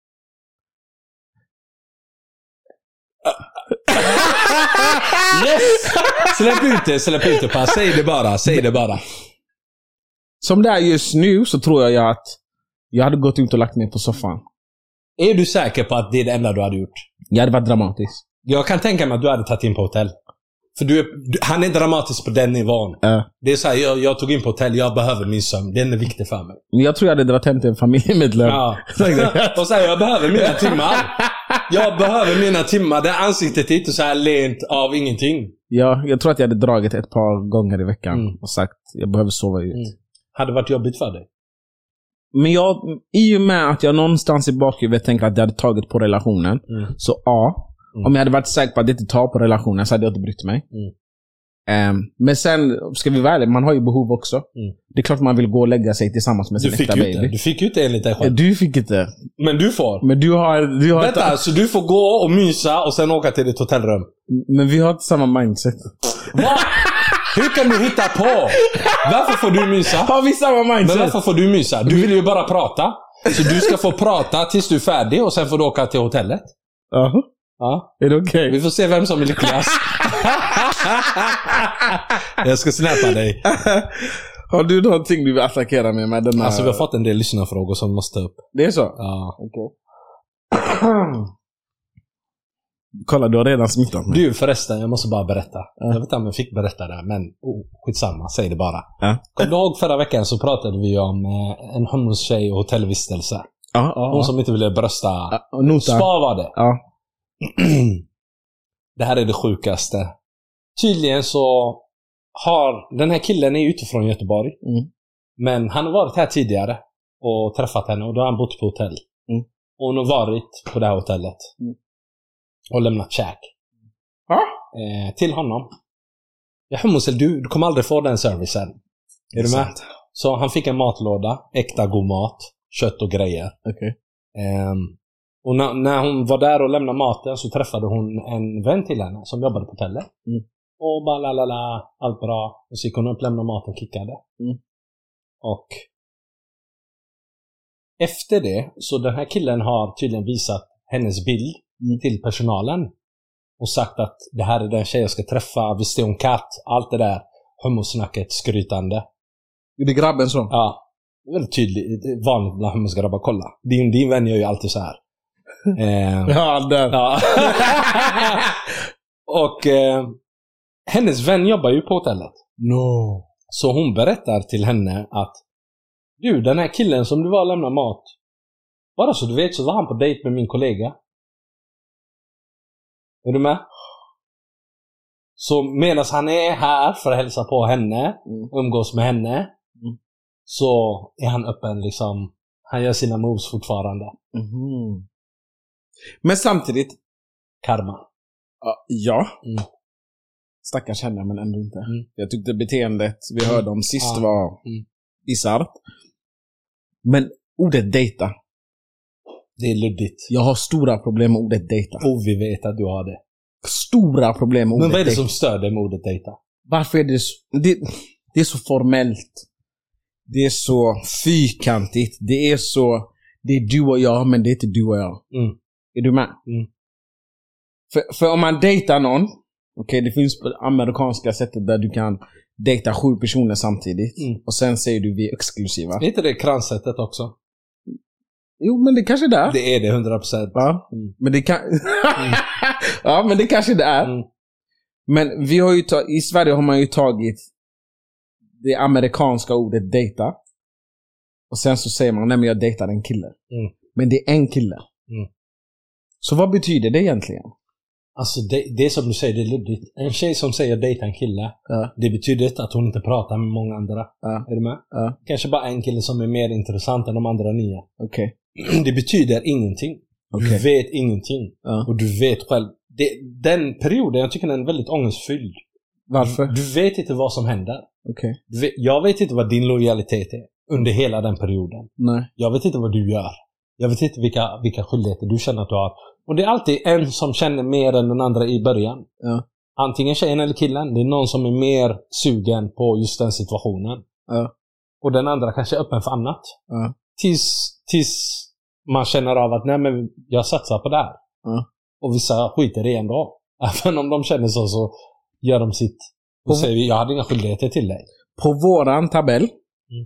Yes! Släpp ut det, släpp ut det. Bara. Säg det bara, säg det bara. Som det är just nu så tror jag att jag hade gått ut och lagt mig på soffan. Är du säker på att det är det enda du hade gjort? Jag hade varit dramatisk. Jag kan tänka mig att du hade tagit in på hotell. För du, du han är dramatisk på den nivån. Uh. Det är så här, jag, jag tog in på hotell, jag behöver min sömn. Den är viktig för mig. Jag tror jag hade dragit hem till en familjemedlem. Ja. Och så här, jag behöver mina timmar. Jag behöver mina timmar. Det ansiktet är inte så här lent av ingenting. Ja, jag tror att jag hade dragit ett par gånger i veckan mm. och sagt, jag behöver sova ut. Mm. Hade det varit jobbigt för dig? Men jag, i och med att jag någonstans i bakhuvudet tänker att jag hade tagit på relationen. Mm. Så ja, mm. om jag hade varit säker på att det inte tar på relationen så hade jag inte brytt mig. Mm. Um, men sen, ska vi vara man har ju behov också. Mm. Det är klart man vill gå och lägga sig tillsammans med sin äkta baby. Det. Du fick ju inte enligt dig själv. Du fick inte. Men du får. Men du har... Du har Vänta, så du får gå och mysa och sen åka till ditt hotellrum. Men vi har inte samma mindset. Va? Hur kan du hitta på? Varför får du mysa? Har vi samma mindset? Men varför får du mysa? Du vill ju bara prata. Så du ska få prata tills du är färdig och sen får du åka till hotellet. Uh-huh. Ja. Är det okej? Okay? Vi får se vem som är lyckligast. Jag ska snappa dig. Har du någonting du vill attackera med med den här... Alltså vi har fått en del lyssnarfrågor som måste upp. Det är så? Ja. Okej. Okay. Kolla, du har redan smittat mig. Du förresten, jag måste bara berätta. Ja. Jag vet inte om jag fick berätta det, men oh, skitsamma, säg det bara. Ja. Kom du ihåg förra veckan så pratade vi om eh, en homos-tjej och hotellvistelse. Ja, ja, Hon ja. som inte ville brösta. Ja, nota. Spa var det. Ja. Det här är det sjukaste. Tydligen så har den här killen är utifrån Göteborg. Mm. Men han har varit här tidigare och träffat henne och då har han bott på hotell. Mm. Och hon har varit på det här hotellet. Mm. Och lämnat käk. Ja? Eh, till honom. Ja, Humusel, du, du kommer aldrig få den servicen. Är du med? Sant. Så han fick en matlåda. Äkta god mat. Kött och grejer. Okej. Okay. Eh, och när, när hon var där och lämnade maten så träffade hon en vän till henne som jobbade på hotellet. Mm. Och bara lalala, allt bra. Och så gick hon upp, lämnade maten, kickade. Mm. Och efter det så den här killen har tydligen visat hennes bild mm. till personalen och sagt att det här är den tjej jag ska träffa, visst är hon katt, allt det där homosnacket, skrytande. Är det grabben som? Ja, det är väldigt tydligt, det är vanligt bland homosgrabbar, kolla. Din, din vän gör ju alltid så här. eh, ja, där. Ja. Och eh, hennes vän jobbar ju på hotellet. No. Så hon berättar till henne att du, den här killen som du var och lämnade mat, bara så du vet så var han på dejt med min kollega. Är du med? Så medan han är här för att hälsa på henne, Mm. umgås med henne, Mm. så är han öppen liksom. Han gör sina moves fortfarande. Mhm. Men samtidigt, Karma. ja, ja. Mm. Stackars henne, men ändå inte. Mm. Jag tyckte beteendet vi hörde om sist Ja. var Mm. bisarrt. Men ordet dejta. Det är luddigt. Jag har stora problem med ordet dejta. Och vi vet att du har det. Stora problem med ordet Men vad är det dejta. som stör dig med ordet dejta? Varför är det så... Det, det är så formellt. Det är så fyrkantigt. Det är så... Det är du och jag, men det är inte du och jag. Mm. Är du med? Mm. För, för om man dejtar någon... Okej, okay, det finns på det amerikanska sättet där du kan dejta sju personer samtidigt. Mm. Och sen säger du vi är exklusiva. Är inte det kranssättet också? Jo, men det kanske det är. Det är det, hundra procent. Ja, Mm. men det kan... Mm. ja, men det kanske det är. Mm. Men vi har ju ta... i Sverige har man ju tagit det amerikanska ordet dejta. Och sen så säger man, nej men jag dejtar en kille. Mm. Men det är en kille. Mm. Så vad betyder det egentligen? Alltså det, det är som du säger, det är luddigt. En tjej som säger dejta en kille, Ja. det betyder inte att hon inte pratar med många andra. Ja. Är du med? Ja. Kanske bara en kille som är mer intressant än de andra nio. Okej. Det betyder ingenting. Okej. Du vet ingenting. Ja. Och du vet själv. Det, den perioden, jag tycker den är väldigt ångestfylld. Varför? Du vet inte vad som händer. Okej. Du vet, jag vet inte vad din lojalitet är under hela den perioden. Nej. Jag vet inte vad du gör. Jag vet inte vilka, vilka skyldigheter du känner att du har. Och det är alltid en som känner mer än den andra i början. Ja. Antingen tjejen eller killen. Det är någon som är mer sugen på just den situationen. Ja. Och den andra kanske är öppen för annat. Ja. Tills, tills man känner av att nej men jag satsar på det här. Ja. Och vissa skiter i ändå. Även om de känner så, så gör de sitt. Och säger vi, jag hade inga skyldigheter till dig. På våran tabell. Mm.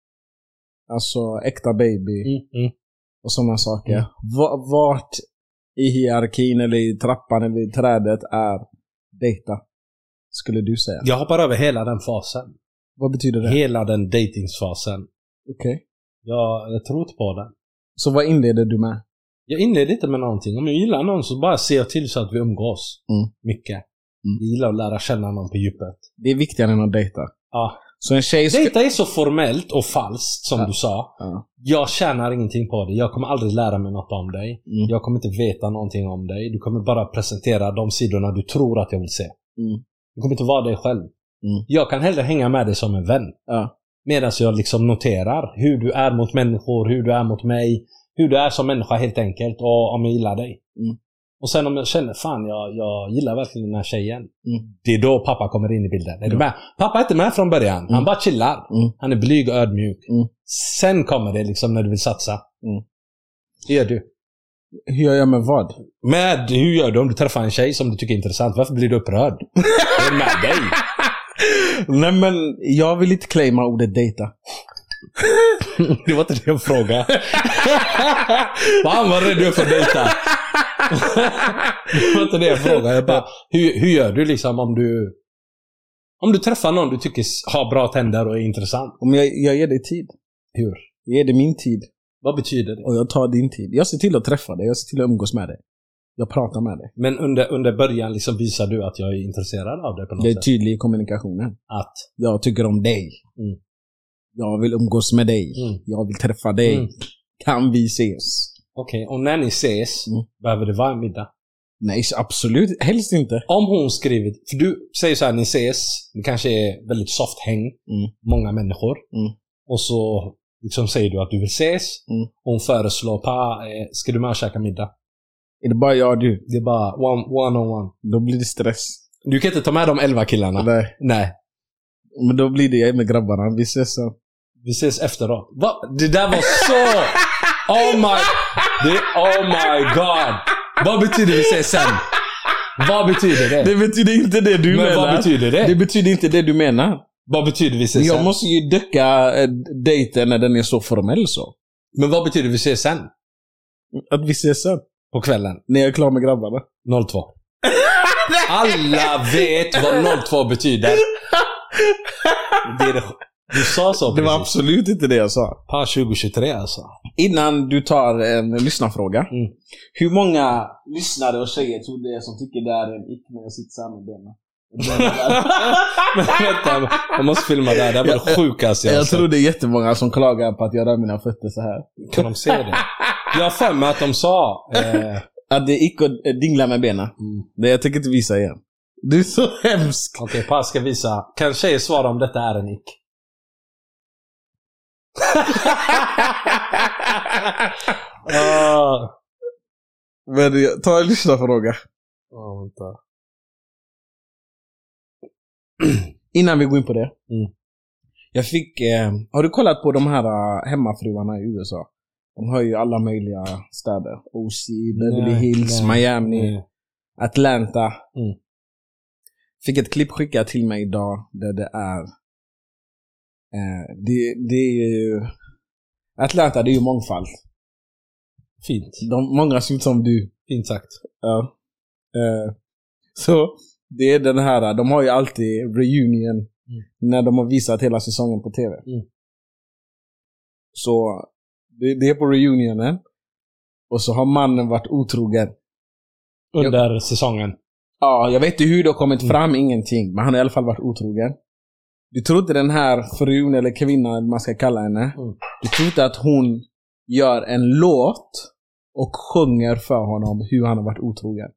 Alltså äkta baby. Mm, mm. Och sådana saker. Mm. Va- Vart i hierarkin eller i trappan eller i trädet är dejta? Skulle du säga? Jag hoppar över hela den fasen. Vad betyder det? Hela den datingsfasen. Okej. Jag, jag tror inte på den. Så vad inleder du med? Jag inleder inte med någonting. Om jag gillar någon så bara ser jag till så att vi umgås. Mm. Mycket. Mm. Jag gillar att lära känna någon på djupet. Det är viktigare än att dejta. Ja. Så en tjej ska... Dejta är så formellt och falskt som Ja. du sa. Ja. Jag tjänar ingenting på det. Jag kommer aldrig lära mig något om dig. Mm. Jag kommer inte veta någonting om dig. Du kommer bara presentera de sidorna du tror att jag vill se. Mm. Du kommer inte vara dig själv. Mm. Jag kan hellre hänga med dig som en vän. Ja. Medan jag liksom noterar hur du är mot människor, hur du är mot mig. Hur du är som människa helt enkelt. Och om jag gillar dig. Mm. Och sen om jag känner, fan jag, jag gillar verkligen den här tjejen. Mm. Det är då pappa kommer in i bilden. Är Ja. du med? Pappa är inte med från början. Han Mm. bara chillar. Mm. Han är blyg och ödmjuk. Mm. Sen kommer det liksom när du vill satsa. Mm. Hur gör du? Hur gör jag med vad? Med, hur gör du om du träffar en tjej som du tycker är intressant? Varför blir du upprörd? Vad är det med dig? Nej men, jag vill inte claima ordet dejta. Det var inte det jag frågade. Fan vad rädd du är för att dejta. Det var inte det jag frågade. Jag bara, hur, hur gör du liksom om du om du träffar någon du tycker har bra tänder och är intressant? Om jag, jag ger dig tid. Hur? Jag ger dig min tid. Vad betyder det? Och jag tar din tid. Jag ser till att träffa dig. Jag ser till att umgås med dig. Jag pratar med dig. Men under, under början liksom visar du att jag är intresserad av dig på något Jag är sätt. tydlig i kommunikationen. Att Jag tycker om dig. Mm. Jag vill umgås med dig. Mm. Jag vill träffa dig. Mm. Kan vi ses? Okej, och när ni ses, Mm. behöver det vara en middag? Nej, absolut. Helst inte. Om hon skrivit, för du säger så här, ni ses, det kanske är väldigt soft häng, Mm. många människor, Mm. och så liksom säger du att du vill ses, Mm. och hon föreslår, pa, eh, ska du med och käka middag? Är det bara jag och du? Det är bara one, one on one. Då blir det stress. Du kan inte ta med de elva killarna. Nej. Nej. Men då blir det jag med grabbarna. Vi ses så. Vi ses efteråt. Va? Det där var så... Oh my... Det, oh my god. Vad betyder vi ses sen? Vad betyder det? Det betyder inte det du Men menar. vad betyder det? Det betyder inte det du menar. Vad betyder vi ses Jag sen? måste ju döcka äh, dejten när den är så formell så. Men vad betyder vi ses sen? Att vi ses sen. På kvällen? När jag är klar med grabbarna. noll två. Alla vet vad noll två betyder. Det är det. Du sa så Det var precis. absolut inte det jag sa. Pa tjugo tjugotre alltså. Innan du tar en lyssnarfråga. Mm. Hur många lyssnare och tjejer tror det är som tycker det är en ick när jag sitter så här med benen? Men vänta, man måste filma där. Det var det sjukaste jag Jag har sett. tror det är jättemånga som klagar på att jag rör mina fötter så här. Kan de se det? Jag har för mig att de sa... Eh, Att det gick och dingla med benen. mm. Det jag tänker inte visa igen. Du är så hemsk. Okej, okay, pass ska visa. Kan tjejer svara om detta är en ick? uh. Men ta en lyssnarfråga. Oh, vänta. Innan vi går in på det. Mm. Jag fick... Eh, har du kollat på de här uh, hemmafruarna i U S A? De har ju alla möjliga städer. O C, Beverly Nej, Hills, nej, Miami, nej. Atlanta. Mm. Fick ett klipp skickat till mig idag där det är... Eh, det, det är ju... Atlanta, det är ju mångfald. Fint. De, många ser ut som du. Fint sagt. Ja. Eh, så det är den här, de har ju alltid reunion mm. när de har visat hela säsongen på tv. Mm. Så det, det är på reunionen. Och så har mannen varit otrogen. Under jag, säsongen. Ja, jag vet inte hur det har kommit mm. fram, ingenting. Men han har i alla fall varit otrogen. Du tror inte den här frun eller kvinnan, man ska kalla henne. Mm. Du tror inte att hon gör en låt och sjunger för honom hur han har varit otrogen.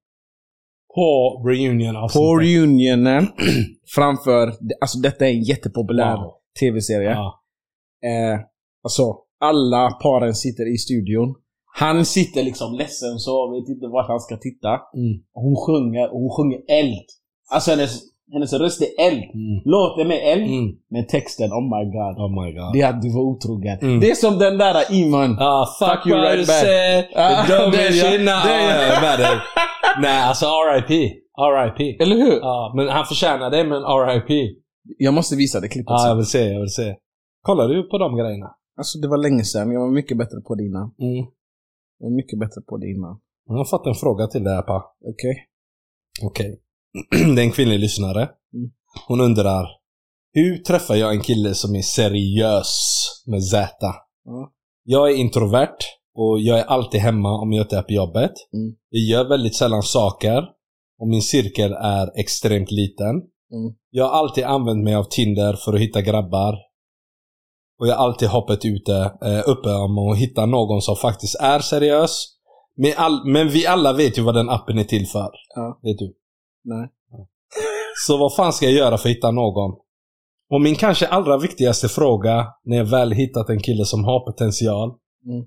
På reunion alltså. På reunionen framför, alltså detta är en jättepopulär wow. tv-serie. Ja. Eh, alltså alla paren sitter i studion. Han sitter liksom ledsen så vet inte vart han ska titta. Mm. Hon sjunger och hon sjunger eld. Alltså hennes, hennes röst är eld. Mm. Låten med eld. Mm. Men texten, oh my god. Oh my god. Det är att du var otrogen. Mm. Det är som den där Iman. Ah, fuck, fuck you right back. Ah, Dumb det, ja, shit. Nah, det, ja. Nej, alltså R I P. R I P. Eller hur? Ja, men han förtjänar det, men R I P. Jag måste visa det klippet. Ja, jag vill se, jag vill se. Kollar du på de grejerna? Alltså det var länge sedan. Jag var mycket bättre på det innan. Mm. Jag var mycket bättre på det innan. Jag har fått en fråga till dig, pa. Okej. Okay. Okej. Okay. Det är en kvinnlig lyssnare. Mm. Hon undrar: hur träffar jag en kille som är seriös med Z? Mm. Jag är introvert och jag är alltid hemma om jag inte är på jobbet. Mm. Jag gör väldigt sällan saker och min cirkel är extremt liten. Mm. Jag har alltid använt mig av Tinder för att hitta grabbar. Och jag har alltid hoppat ute, eh, uppe om att hitta någon som faktiskt är seriös. Men, all, men vi alla vet ju vad den appen är till för. Ja. Vet du? Nej. Ja. Så vad fan ska jag göra för att hitta någon? Och min kanske allra viktigaste fråga när jag väl hittat en kille som har potential. Mm.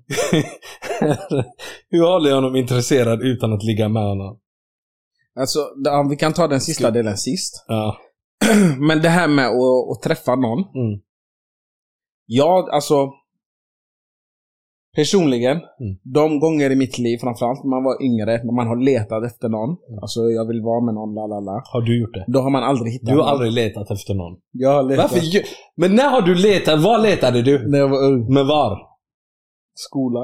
Hur håller jag honom intresserad utan att ligga med honom? Alltså, då, vi kan ta den sista delen sist. Ja. Men det här med att, att träffa någon. Mm. Ja, alltså personligen, mm. de gånger i mitt liv, framförallt när man var yngre, när man har letat efter någon, mm. alltså jag vill vara med någon, lalala. Har du gjort det? Då har man aldrig hittat Du har någon. aldrig letat efter någon? Jag har letat. Varför? Men när har du letat? Var letade du? När jag var ung. Men var? Skola.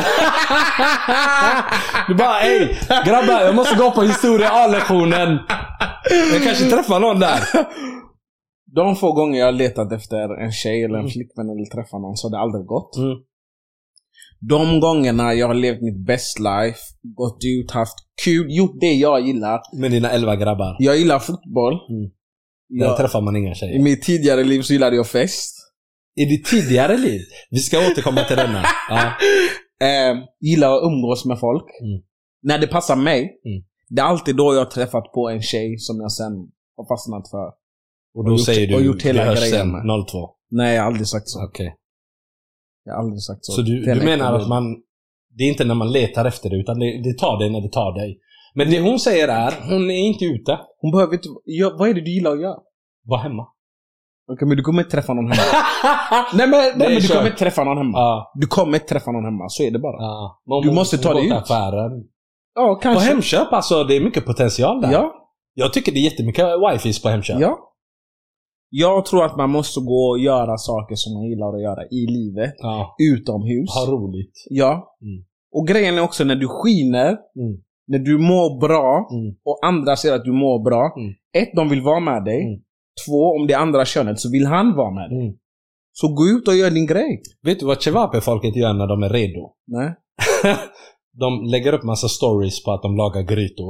Du bara, ey, grabbar, jag måste gå på historia A-lektionen. Jag kanske träffar någon där. De få gånger jag har letat efter en tjej eller en mm. flickvän eller träffat någon så har det aldrig gått. Mm. De gångerna jag har levt mitt best life, gått ut, haft kul, gjort det jag gillar. Med dina elva grabbar. Jag gillar fotboll. Mm. Där jag, träffar man inga tjejer. I mitt tidigare liv så gillade jag fest. I ditt tidigare liv? Vi ska återkomma till denna. Ja. Eh, gillar att umgås med folk. Mm. När det passar mig. Mm. Det är alltid då jag har träffat på en tjej som jag sen har fastnat för. Och då och säger gjort, du, och gjort hela vi hörs grejen sen noll två. Nej, jag har aldrig sagt så. Okej. Okay. Jag har aldrig sagt så. Så du, du menar att man, det är inte när man letar efter det, utan det, det tar dig när det tar dig. Men det hon säger är, hon är inte ute. Hon behöver inte, ja, vad är det du gillar att göra? Var hemma. Okej, okay, men du kommer inte träffa någon hemma. nej, men, nej, men du kommer inte träffa någon hemma. Ja. Du kommer inte träffa någon hemma, så är det bara. Ja. Du måste ta dig ut. Affären. Ja, kanske. På Hemköp, alltså, det är mycket potential där. Ja. Jag tycker det är jättemycket wifi på Hemköp. Ja. Jag tror att man måste gå och göra saker som man gillar att göra i livet. Ja. Utomhus. Ha roligt. Ja. Mm. Och grejen är också när du skiner, mm. när du mår bra mm. och andra ser att du mår bra. Mm. Ett, de vill vara med dig. Mm. Två, om det är andra könet så vill han vara med dig. Mm. Så gå ut och gör din grej. Vet du vad Chevape-folket gör när de är redo? Nej. De lägger upp massa stories på att de lagar grytor.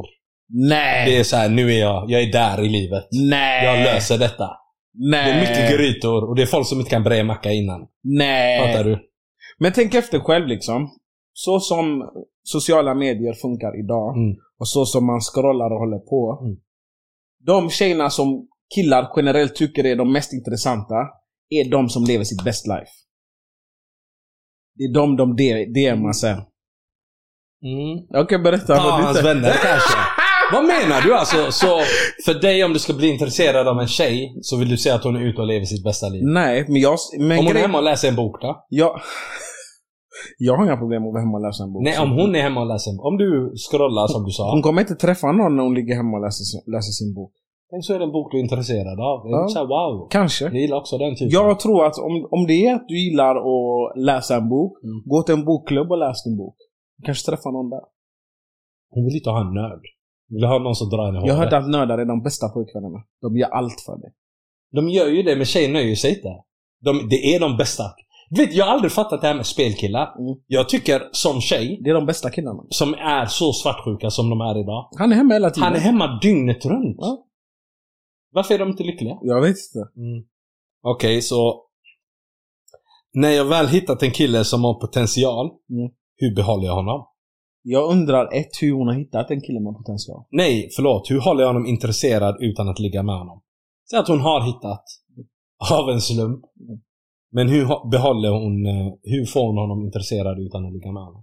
Nej. Det är så här, nu är jag, jag är där i livet. Nej. Jag löser detta. Nej. Det är mycket grytor och det är folk som inte kan bre macka innan. Nej. Fattar du? Men tänk efter själv liksom. Så som sociala medier funkar idag Mm. och så som man scrollar och håller på. Mm. De tjejerna som killar generellt tycker är de mest intressanta är de som lever sitt best life. Det är de de D M:ar sen. Mm. Jag kan berätta Ja, vad du hans säger. vänner kanske. Vad menar du alltså? Så för dig, om du ska bli intresserad av en tjej, så vill du säga att hon är ute och lever sitt bästa liv? Nej, men jag... Men Om hon är grej- hemma och läser en bok då? jag, jag har inga problem med att vara hemma och läsa en bok. Nej, om hon är hemma och läser en bok. Om du scrollar som du sa. Hon kommer inte träffa någon när hon ligger hemma och läser, sin- läser sin bok. Tänk så är det en bok du är intresserad av. Det är Ja. lite så här, wow. Kanske. Jag gillar också den typen. Jag tror att om, om det är att du gillar att läsa en bok, Mm. gå till en bokklubb och läs din bok. Kanske träffa någon där. Hon vill inte ha en nörd. Hon vill ha någon som drar henne i Jag har håret. hört att nördar är de bästa pojkvännerna. De gör allt för dig. De gör ju det, men tjejer nöjer sig inte. De, det är de bästa. Vet, jag har aldrig fattat det här med spelkillar. Mm. Jag tycker som tjej, Det är de bästa killarna. som är så svartsjuka som de är idag. Han är hemma hela tiden. Han är hemma dygnet runt. Ja. Varför är de inte lyckliga? Jag vet inte. Mm. Okej, okay, så när jag väl hittat en kille som har potential, Mm. hur behåller jag honom? Jag undrar ett hur hon har hittat en kille med potential. Nej, förlåt. Hur håller jag honom intresserad utan att ligga med honom? Säg att hon har hittat av en slump. Men hur ha- behåller hon, eh, hur får hon honom intresserad utan att ligga med honom?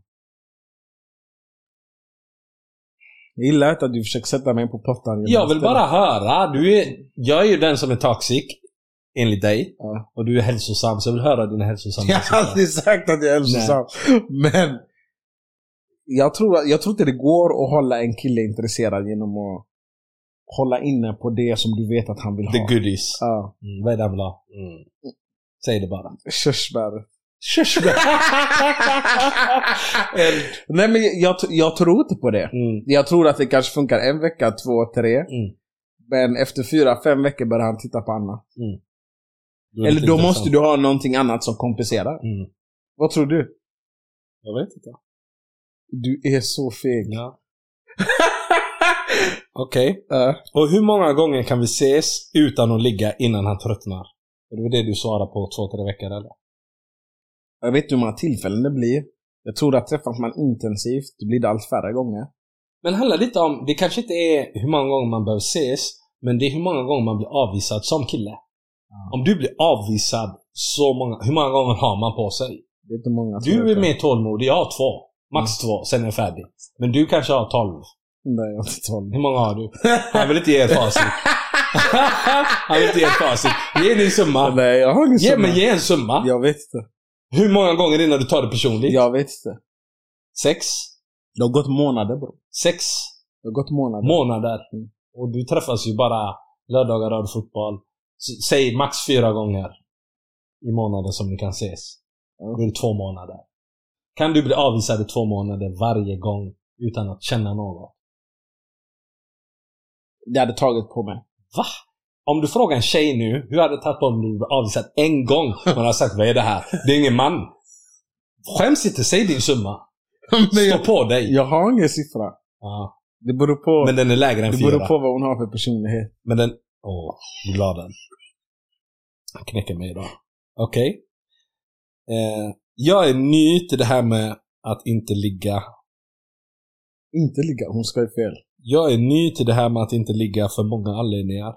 Jag gillar inte att du försöker sätta mig på pottan. Jag vill bara höra. Du är, jag är ju den som är toxic, enligt dig. Ja. Och du är hälsosam, så jag vill höra dina hälsosamma Jag har aldrig sagt att jag är hälsosam. Men jag tror, jag tror inte det går att hålla en kille intresserad genom att hålla inne på det som du vet att han vill ha. The goodies. Ja. Mm, vad är det han vill ha? Mm. Säg det bara. Körsbär. Körsbär. Nej, men jag, jag tror inte på det. mm. Jag tror att det kanske funkar en vecka, två, tre. Mm. Men efter fyra, fem veckor börjar han titta på annat. Mm. Det är Eller lite då intressant. måste du ha någonting annat som kompenserar. Mm. Vad tror du? Jag vet inte. Du är så feg. Ja. Okej. Ja. Och hur många gånger kan vi ses utan att ligga innan han tröttnar? Det var det du svarade på två, tre veckor eller? Jag vet inte hur många tillfällen det blir. Jag tror att träffas man intensivt, det blir det allt färre gånger. Men det handlar lite om, det kanske inte är hur många gånger man behöver ses, men det är hur många gånger man blir avvisad som kille. Ja. Om du blir avvisad så många, hur många gånger har man på sig? Det är inte många. som Du vet är det. mer tålmodig, jag har två. Max två, sen är jag färdig. Men du kanske har tolv. Nej, jag har inte tolv. Hur många har du? Han vill inte ge ett facit. Han vill inte ge ett facit. Ge din summa. Nej, jag har ingen Ge, summa. men ge en summa. Jag vet inte. Hur många gånger innan du tar det personligt? Jag vet inte. Sex? Det har gått månader, bro. Sex Det har gått månader. månader. Mm. Och du träffas ju bara lördagar och fotboll. S- Säg max fyra gånger i månaden som ni kan ses. Ja. Då är det två månader. Kan du bli avvisad i två månader varje gång utan att känna något? Det hade tagit på mig. Va? Om du frågar en tjej nu, hur hade det tagit på om du blev avvisad en gång? Man har sagt, vad är det här? Det är ingen man. Skäms inte, säg din summa. Men Stå jag, på dig. jag har ingen siffra. Ja. Det beror på, Men den är lägre än det fyra. beror på vad hon har för personlighet. Men den... Åh, du la den. Jag knäcker mig idag. Okej. Eh, jag är ny till det här med att inte ligga. Inte ligga, hon ska ju fel. Jag är ny till det här med att inte ligga för många anledningar.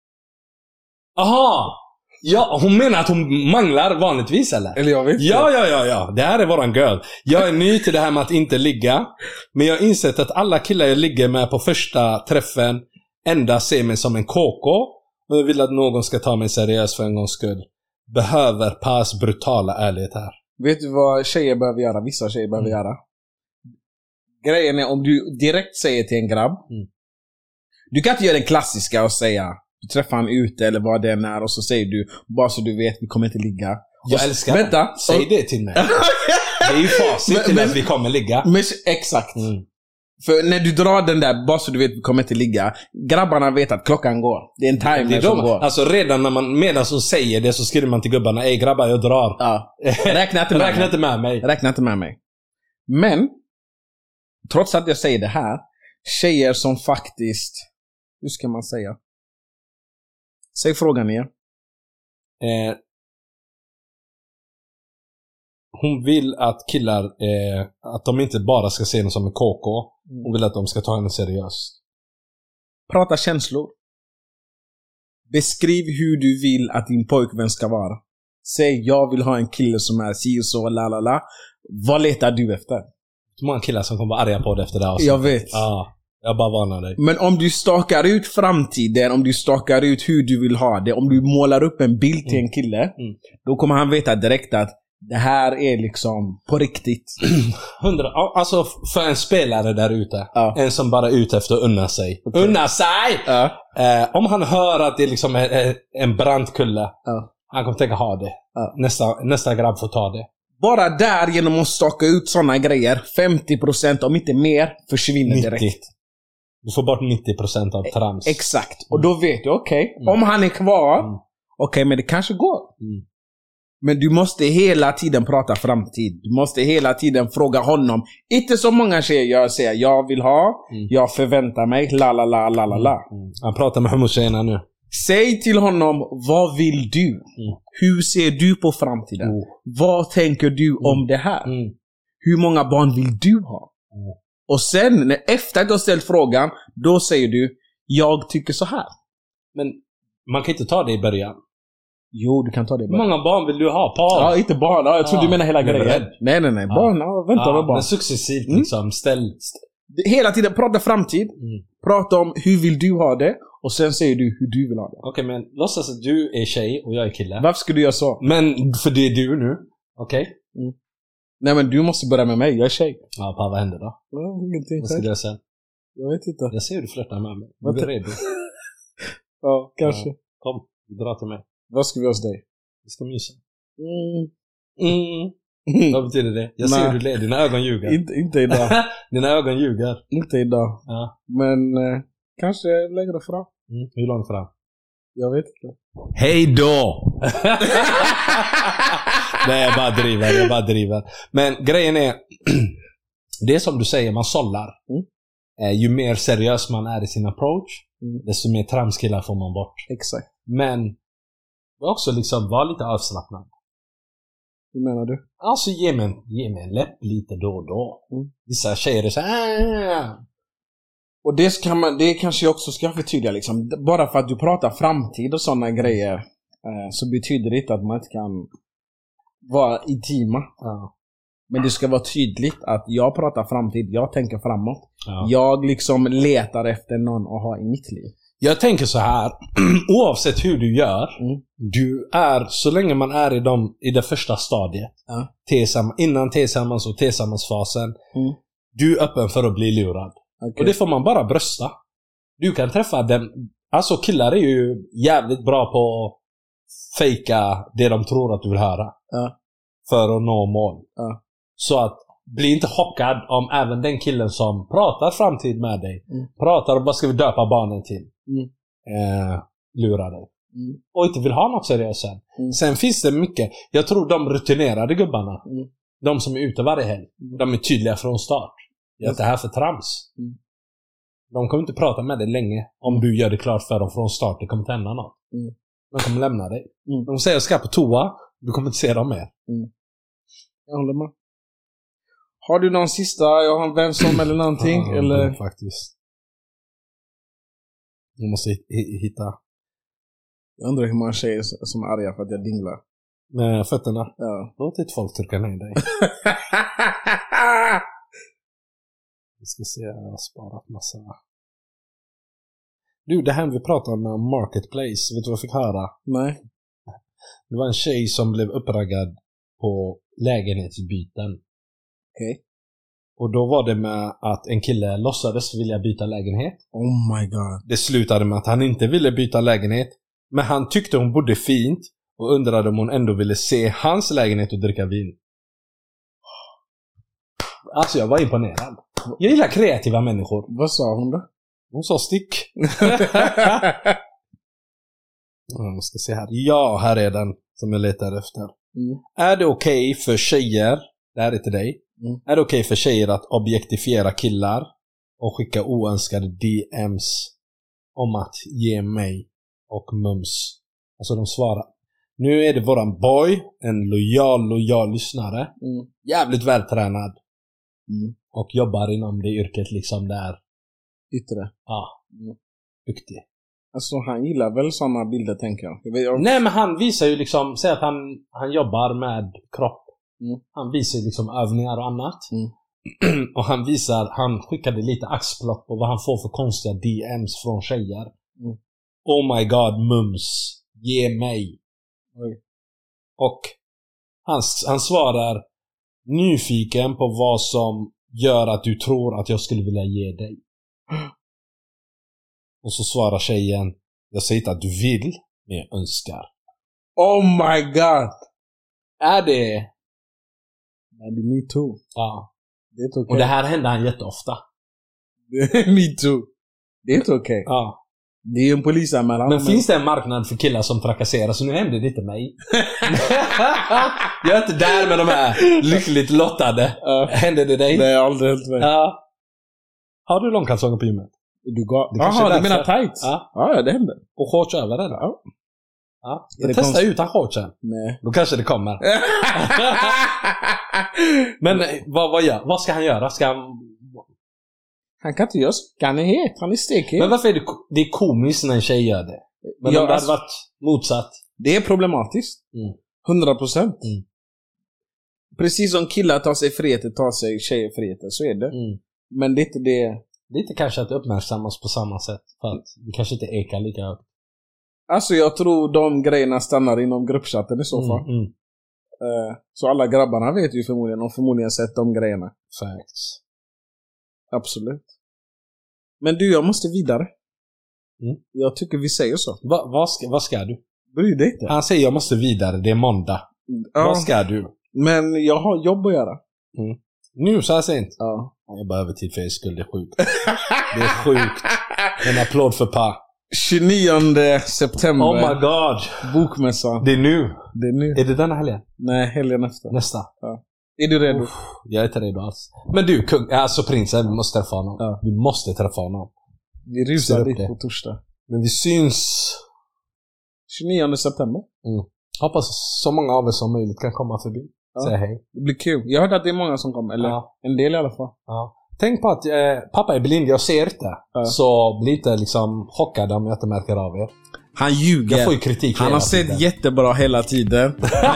Aha! Ja, hon menar att hon manglar vanligtvis, eller? Eller jag vet inte. Ja, ja, ja, ja. Det här är våran girl. Jag är ny till det här med att inte ligga. Men jag har insett att alla killar jag ligger med på första träffen endast ser mig som en kåko. Och jag vill att någon ska ta mig seriöst för en gångs skull. Behöver pass brutala ärlighet här. Vet du vad tjejer behöver göra? Vissa tjejer behöver Mm. göra. Grejen är, om du direkt säger till en grabb. Mm. Du kan inte göra den klassiska och säga, du träffar han ute eller vad det än är, och så säger du, bara så du vet, vi kommer inte ligga. Jag Och- älskar Vänta. det. Säg det till mig. Det är ju facit Men- till men- att vi kommer ligga. Men, exakt. Mm. För när du drar den där, bara så du vet, vi kommer inte ligga. Grabbarna vet att klockan går. Det är en Det timer är som de, går. alltså redan när man, medan hon säger det så skriver man till gubbarna, ej grabbar, jag drar. Ja. Räkna inte med Räkna mig. inte med mig. Räkna inte med mig. Men trots att jag säger det här, tjejer som faktiskt, hur ska man säga? Säg frågan igen. Eh, hon vill att killar, eh, att de inte bara ska se henne som en K K. Hon vill att de ska ta henne seriöst. Prata känslor. Beskriv hur du vill att din pojkvän ska vara. Säg, jag vill ha en kille som är si och så, la la la. Vad letar du efter? Det är många killar som kommer vara arga på det efter det här. Jag vet. Ja, jag bara varnar dig. Men om du stakar ut framtiden, om du stakar ut hur du vill ha det, om du målar upp en bild till en kille, Mm. då kommer han veta direkt att det här är liksom på riktigt. Hundra, alltså för en spelare där ute, Ja. en som bara är ute efter att unna sig. Okay. Unna sig! Ja. Eh, om han hör att det liksom är är en brandkulle, Ja. han kommer tänka ha det. Ja. Nästa, nästa grabb får ta det. Bara där, genom att staka ut såna grejer, femtio procent om inte mer försvinner direkt. nittio. Du får bort nittio procent av trams. Exakt. Och då vet du, okej, okay, Mm. om han är kvar, Mm. okej, okay, men det kanske går. Mm. Men du måste hela tiden prata framtid. Du måste hela tiden fråga honom. Inte så många tjejer gör, säger jag vill ha, Mm. jag förväntar mig, la la la la la la. Mm. Han pratar med homotjejerna nu. Säg till honom, vad vill du? Mm. Hur ser du på framtiden? Mm. Vad tänker du om det här? Mm. Hur många barn vill du ha? Mm. Och sen, när, efter att du har ställt frågan, då säger du, jag tycker så här. Men man kan inte ta det i början. Jo, du kan ta det Hur bara. många barn vill du ha? Par? Ja, inte barn. Ja, jag tror Ja, du menar hela men grejen. rädd. Nej, nej, nej. Ja. Barn, ja, vänta ja, med barn. men successivt Mm. liksom. Ställ. Hela tiden prata framtid. Mm. Prata om hur vill du ha det. Och sen säger du hur du vill ha det. Okej, men låtsas att du är tjej och jag är kille. Varför skulle du göra så? Men för det är du nu. Okej? Nej, men du måste börja med mig. Jag är tjej. Ja, pa, vad händer då? Ja, ingenting. Vad ska du göra sen? Jag vet inte. Jag ser hur du flörtar med mig. Vad Du är redo. Ja, kanske. Ja. Kom, dra till mig. Vad ska vi hos dig? Vi ska mysa. Mm. Mm. Vad betyder det? Jag ser Nej. hur du ler. Dina ögon ljuger. Inte, inte idag. Dina ögon ljuger. Inte idag. Ja. Men eh, kanske längre fram. Mm. Hur långt fram? Jag vet inte. Hej då! Nej, jag bara driver, jag bara driver. Men grejen är, det är som du säger, man sållar. Mm. Eh, ju mer seriös man är i sin approach, Mm. desto mer tramskillar får man bort. Exakt. Men också liksom vara lite avslappnad. Hur menar du? Alltså ge mig en, ge mig en läpp lite då och då. Mm. Vissa tjejer är så här. Och det, ska man, det kanske jag också ska förtydliga liksom. Bara för att du pratar framtid och sådana grejer eh, så betyder det inte att man inte kan vara intima. Ja. Men det ska vara tydligt att jag pratar framtid, jag tänker framåt. Ja. Jag liksom letar efter någon att ha i mitt liv. Jag tänker så här, oavsett hur du gör, Mm. du är, så länge man är i, de, i det första stadiet, Ja. tillsamm- innan tillsammans och tillsammansfasen, Mm. du är öppen för att bli lurad. Okay. Och det får man bara brösta. Du kan träffa den, alltså killar är ju jävligt bra på att fejka det de tror att du vill höra. Ja. För att nå mål. Ja. Så att, bli inte chockad om även den killen som pratar framtid med dig, Mm. pratar om vad ska vi döpa barnen till, Mm. eh, lurar dig. Mm. Och inte vill ha något seriöst sen. Mm. Sen finns det mycket, jag tror de rutinerade gubbarna, Mm. de som är ute varje helg, Mm. de är tydliga från start. Jag är inte här för trams. Mm. De kommer inte prata med dig länge om du gör det klart för dem från start. Det kommer inte hända något. Mm. De kommer lämna dig. Mm. De säger jag ska på toa, du kommer inte se dem mer. Jag håller med. Har du någon sista, jag har en vän som eller någonting? Ja, eller? det faktiskt. Jag måste hi- hitta Jag undrar hur många tjejer som är arga för att jag dinglar. med fötterna. Ja. Låt inte folk trycka ner dig. Vi ska se, jag har sparat massa. Du, det här vi pratade om Marketplace, vet du vad jag fick höra? Nej. Det var en tjej som blev uppraggad på lägenhetsbyten. Okej. Okay. Och då var det med att en kille låtsades vilja byta lägenhet. Oh my god. Det slutade med att han inte ville byta lägenhet. Men han tyckte hon bodde fint och undrade om hon ändå ville se hans lägenhet och dricka vin. Alltså jag var imponerad. Jag gillar kreativa människor. Vad sa hon då? Hon sa stick. Jag ska se här. Ja, här är den som jag letar efter. Mm. Är det okej okay för tjejer, det här är till dig, Mm. är det okej okay för tjejer att objektifiera killar och skickar oönskade D M's om att ge mig och Mums. Alltså de svarar. Nu är det våran boy, en lojal, lojal lyssnare. Mm. Jävligt vältränad. Mm. Och jobbar inom det yrket liksom där. Yttre. Ja, Mm. duktig. Alltså han gillar väl sådana bilder, tänker jag. jag, vet, jag... Nej, men han visar ju liksom, säg att han, han jobbar med kropp. Mm. Han visar ju liksom övningar och annat. Mm. Och han visar, han skickade lite axplock på vad han får för konstiga D M's från tjejer. Mm. Oh my god, Mums, ge mig. Oj. Och han, han svarar, nyfiken på vad som gör att du tror att jag skulle vilja ge dig. Och så svarar tjejen, jag säger inte att du vill, men jag önskar. Oh my god! Är det? Nej, det är me too. Ja. Det är inte okej. Och det här händer han jätteofta. me too. Det är inte okej. Ja. Det är ju en polisanmälan. Men finns det en marknad för killar som trakasserar, så nu händer det inte mig. Jag är inte där med de här lyckligt lottade. Ja. Händer det dig? Det är aldrig helt med. Ja. Har du långkalsonger på gymmet? Du gav... Det kanske Jaha, är du menar därför. tights? Ja. Ja, ja, det händer. Och shorts över eller? Ja. Ja. Är det Testa konst- utan shortsen. Nej. Då kanske det kommer. Men eh, vad, vad, gör? vad ska han göra? Ska han... Han kan inte göra så. Han är het. Han är stekhet. Men varför är det, det är komiskt när en tjej gör det? Men Ja, om det alltså- hade varit motsatt. Det är problematiskt. Mm. hundra procent. Mm. Precis som killar tar sig friheter, tar sig tjejer friheter, så är det. Mm. Men det är inte det... Det är inte kanske att det uppmärksammas på samma sätt. För att vi kanske inte ekar lika högt. Alltså jag tror de grejerna stannar inom gruppchatten i så fall. Mm, mm. Eh, så alla grabbarna vet ju förmodligen, de har förmodligen sett de grejerna. Facts. Absolut. Men du, jag måste vidare. Mm. Jag tycker vi säger så. Va, vad, ska, vad ska du? Bry dig inte. Han säger jag måste vidare, det är måndag. Ja, Vad ska du? men jag har jobb att göra. Nu så här sent. Ja. Jag behöver tid för er skull, det är sjukt. Det är sjukt. En applåd för Pa. tjugonionde september. Oh my god. Bokmässan. Det är nu. Det är nu. Är det denna helgen? Nej, helgen efter. Nästa. Är du redo? Uff, jag är inte redo alls. Men du, kung, alltså prinsen, vi måste träffa honom. Ja. Vi måste träffa honom. Vi Ser rusar upp dit det. på torsdag. Men vi syns. tjugonionde september. Hoppas så många av er som möjligt kan komma förbi. Ja. Säg hej. Det blir kul. Jag hörde att det är många som kommer. Eller Ja. en del i alla fall. Ja. Tänk på att eh, pappa är blind, jag ser inte. Ja. Så bli inte liksom chockad om jag inte märker av er. Han ljuger. Jag får ju kritik Han hela har sett tiden. jättebra hela tiden.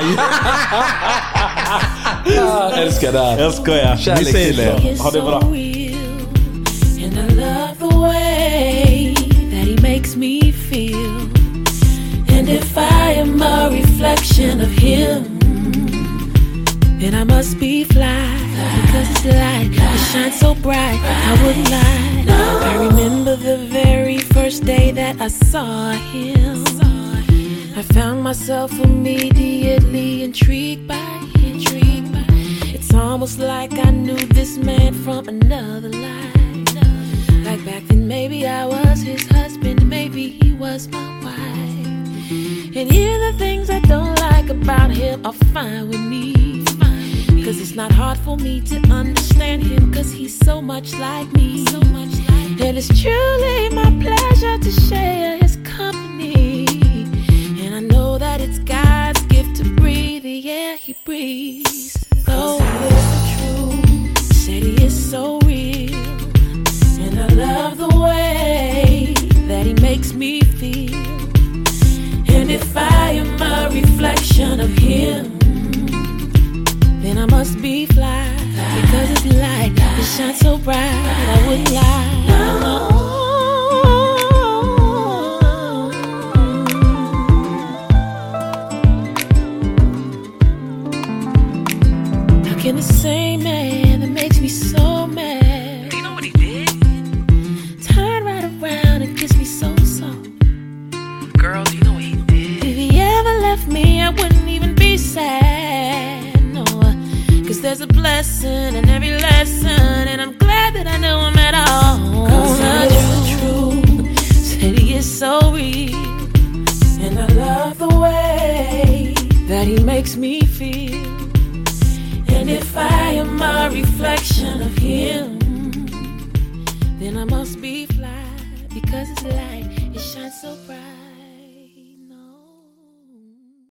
Jag älskar det här. Jag skojar. Kärlek Vi säger till er. så. He is Ha det so bra. real, and I love the way that he makes me feel. And if I am a reflection of him, then I must be fly, because his light it shines so bright. I wouldn't lie. I remember the very first day that I saw him. I found myself immediately intrigued by him. It's almost like I knew this man from another life. Like back then, maybe I was his husband, maybe he was my wife. And here the things I don't like about him are fine with me. Cause it's not hard for me to understand him, cause he's so much like me. And it's truly my pleasure to share his company. And I know that it's God's gift to breathe the air he breathes. Oh, he is the truth, said he is so real. And I love the way that he makes me feel. And if I am a reflection of him, then I must be fly, because his light it shines so bright. I wouldn't lie. No. How can the same man that makes me so mad, You know what he did? turn right around and kiss me so soft? Girl, do you know what he did? If he ever left me, I wouldn't even be sad. No, cause there's a blessing in every lesson, and I'm glad that I know him at all. Cause I the truth, said he is so real. And I love the way that he makes me feel. And if I am a reflection of him, then I must be fly because it's light, it shines so bright.